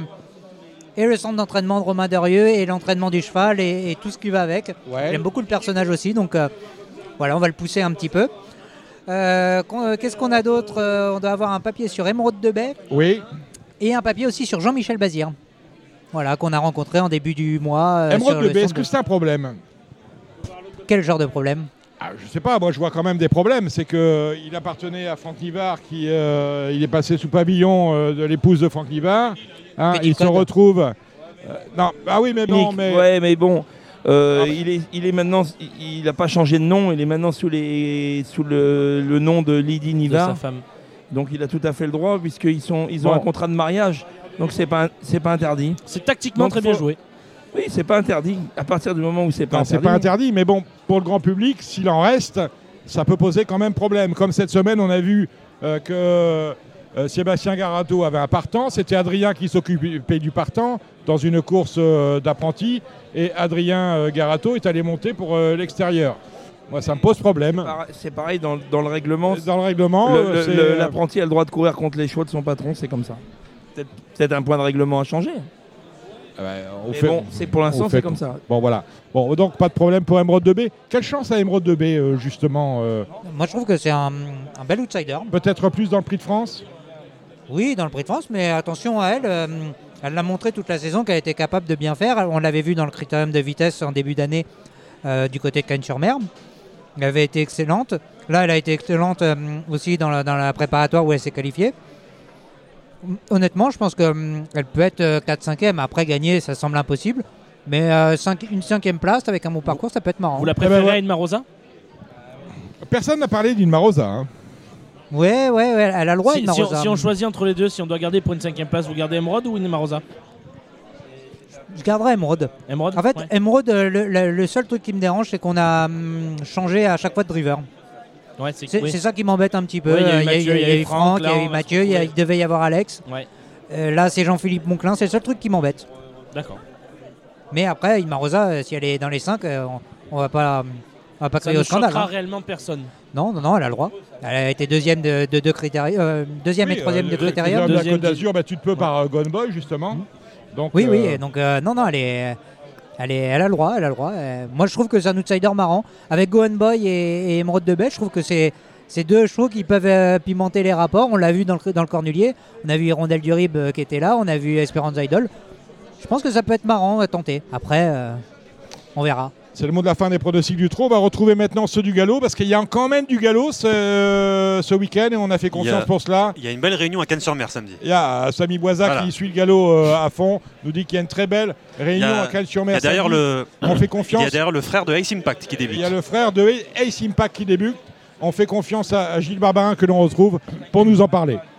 et le centre d'entraînement de Romain Derieux et l'entraînement du cheval et tout ce qui va avec. Ouais. J'aime beaucoup le personnage aussi, donc voilà, on va le pousser un petit peu. Qu'est-ce qu'on a d'autre? On doit avoir un papier sur Émeraude de Baie Oui. et un papier aussi sur Jean-Michel Bazir. Voilà, qu'on a rencontré en début du mois. Émeraude sur de le Baie, est-ce centre que c'est un problème? Quel genre de problème? Je sais pas, moi je vois quand même des problèmes. C'est qu'il appartenait à Franck Nivard, il est passé sous pavillon de l'épouse de Franck Nivard. Hein, Petit il se code. retrouve. Non, ah oui, mais bon, mais. Ouais, mais bon. Il est maintenant, il n'a pas changé de nom, il est maintenant sous le nom de Lydie de Nivard. sa femme. Donc il a tout à fait le droit puisqu'ils ont Bon. un contrat de mariage. Donc c'est pas interdit. C'est tactiquement Donc, très bien faut- joué. Oui, c'est pas interdit. À partir du moment où c'est pas Non, c'est interdit. pas interdit, mais bon, pour le grand public, s'il en reste, ça peut poser quand même problème. Comme cette semaine, on a vu que Sébastien Garato avait un partant. C'était Adrien qui s'occupait du partant dans une course d'apprentis. Et Adrien Garato est allé monter pour l'extérieur. Moi, ça me pose problème. C'est pareil dans le règlement. Dans le règlement, L'apprenti a le droit de courir contre les chevaux de son patron, c'est comme ça. Peut-être un point de règlement à changer. Mais bon, c'est pour l'instant, c'est comme ça. Bon, voilà. Bon, donc pas de problème pour Émeraude de Baie. Quelle chance à Émeraude de Baie, justement Moi, je trouve que c'est un bel outsider. Peut-être plus dans le Prix de France? Oui, dans le Prix de France, mais attention à elle. Elle l'a montré toute la saison qu'elle était capable de bien faire. On l'avait vu dans le critérium de vitesse en début d'année du côté de Cagnes-sur-Mer. Elle avait été excellente. Là, elle a été excellente aussi dans la préparatoire où elle s'est qualifiée. Honnêtement, je pense qu'elle peut être 4-5e. Après, gagner, ça semble impossible. Mais une 5e place avec un bon parcours, ça peut être marrant. Vous la préférez ouais. à Inma Rosa? Personne n'a parlé d'une Marosa. Hein. Ouais, elle a le droit, Si, Inma si on, Rosa. si on choisit entre les deux, si on doit garder pour une 5e place, vous gardez Emeraude ou Inma Rosa? Je garderai Émeraude. Emeraude. En fait, Ouais. Émeraude, le seul truc qui me dérange, c'est qu'on a changé à chaque fois de driver. Ouais, C'est oui. c'est ça qui m'embête un petit peu. Ouais, il y a eu Il Mathieu, y a eu Franck, il y a eu là, Mathieu, ouais. il devait y avoir Alex. Ouais, Là, c'est Jean-Philippe Monclin, c'est le seul truc qui m'embête. d'accord. Mais après, Inma Rosa, si elle est dans les 5, on va pas Ça crier ne au scandale. choquera Hein. réellement personne. Non, elle a le droit. Elle a été deuxième de deux critériums, deuxième et troisième de critérium. De la Deuxième Côte d'Azur, tu te peux par Gone Boy, justement. Donc, Oui, et donc non, elle a le droit, moi, je trouve que c'est un outsider marrant. Avec Gohan Boy et Émeraude de Baie, je trouve que c'est deux chevaux qui peuvent pimenter les rapports. On l'a vu dans le Cornulier. On a vu Hirondelle du Rib qui était là. On a vu Esperanza Idol. Je pense que ça peut être marrant à tenter. Après, on verra. C'est le mot de la fin des pronostics du trot. On va retrouver maintenant ceux du galop parce qu'il y a quand même du galop ce week-end et on a fait confiance pour cela. Il y a une belle réunion à Cagnes-sur-Mer samedi. Il y a Samy Boisa Voilà. qui suit le galop à fond, nous dit qu'il y a une très belle réunion à Cagnes-sur-Mer. Derrière On fait confiance. Il y a derrière le frère de Ace Impact qui débute. Il y a le frère de Ace Impact qui débute. On fait confiance à Gilles Barbarin que l'on retrouve pour nous en parler.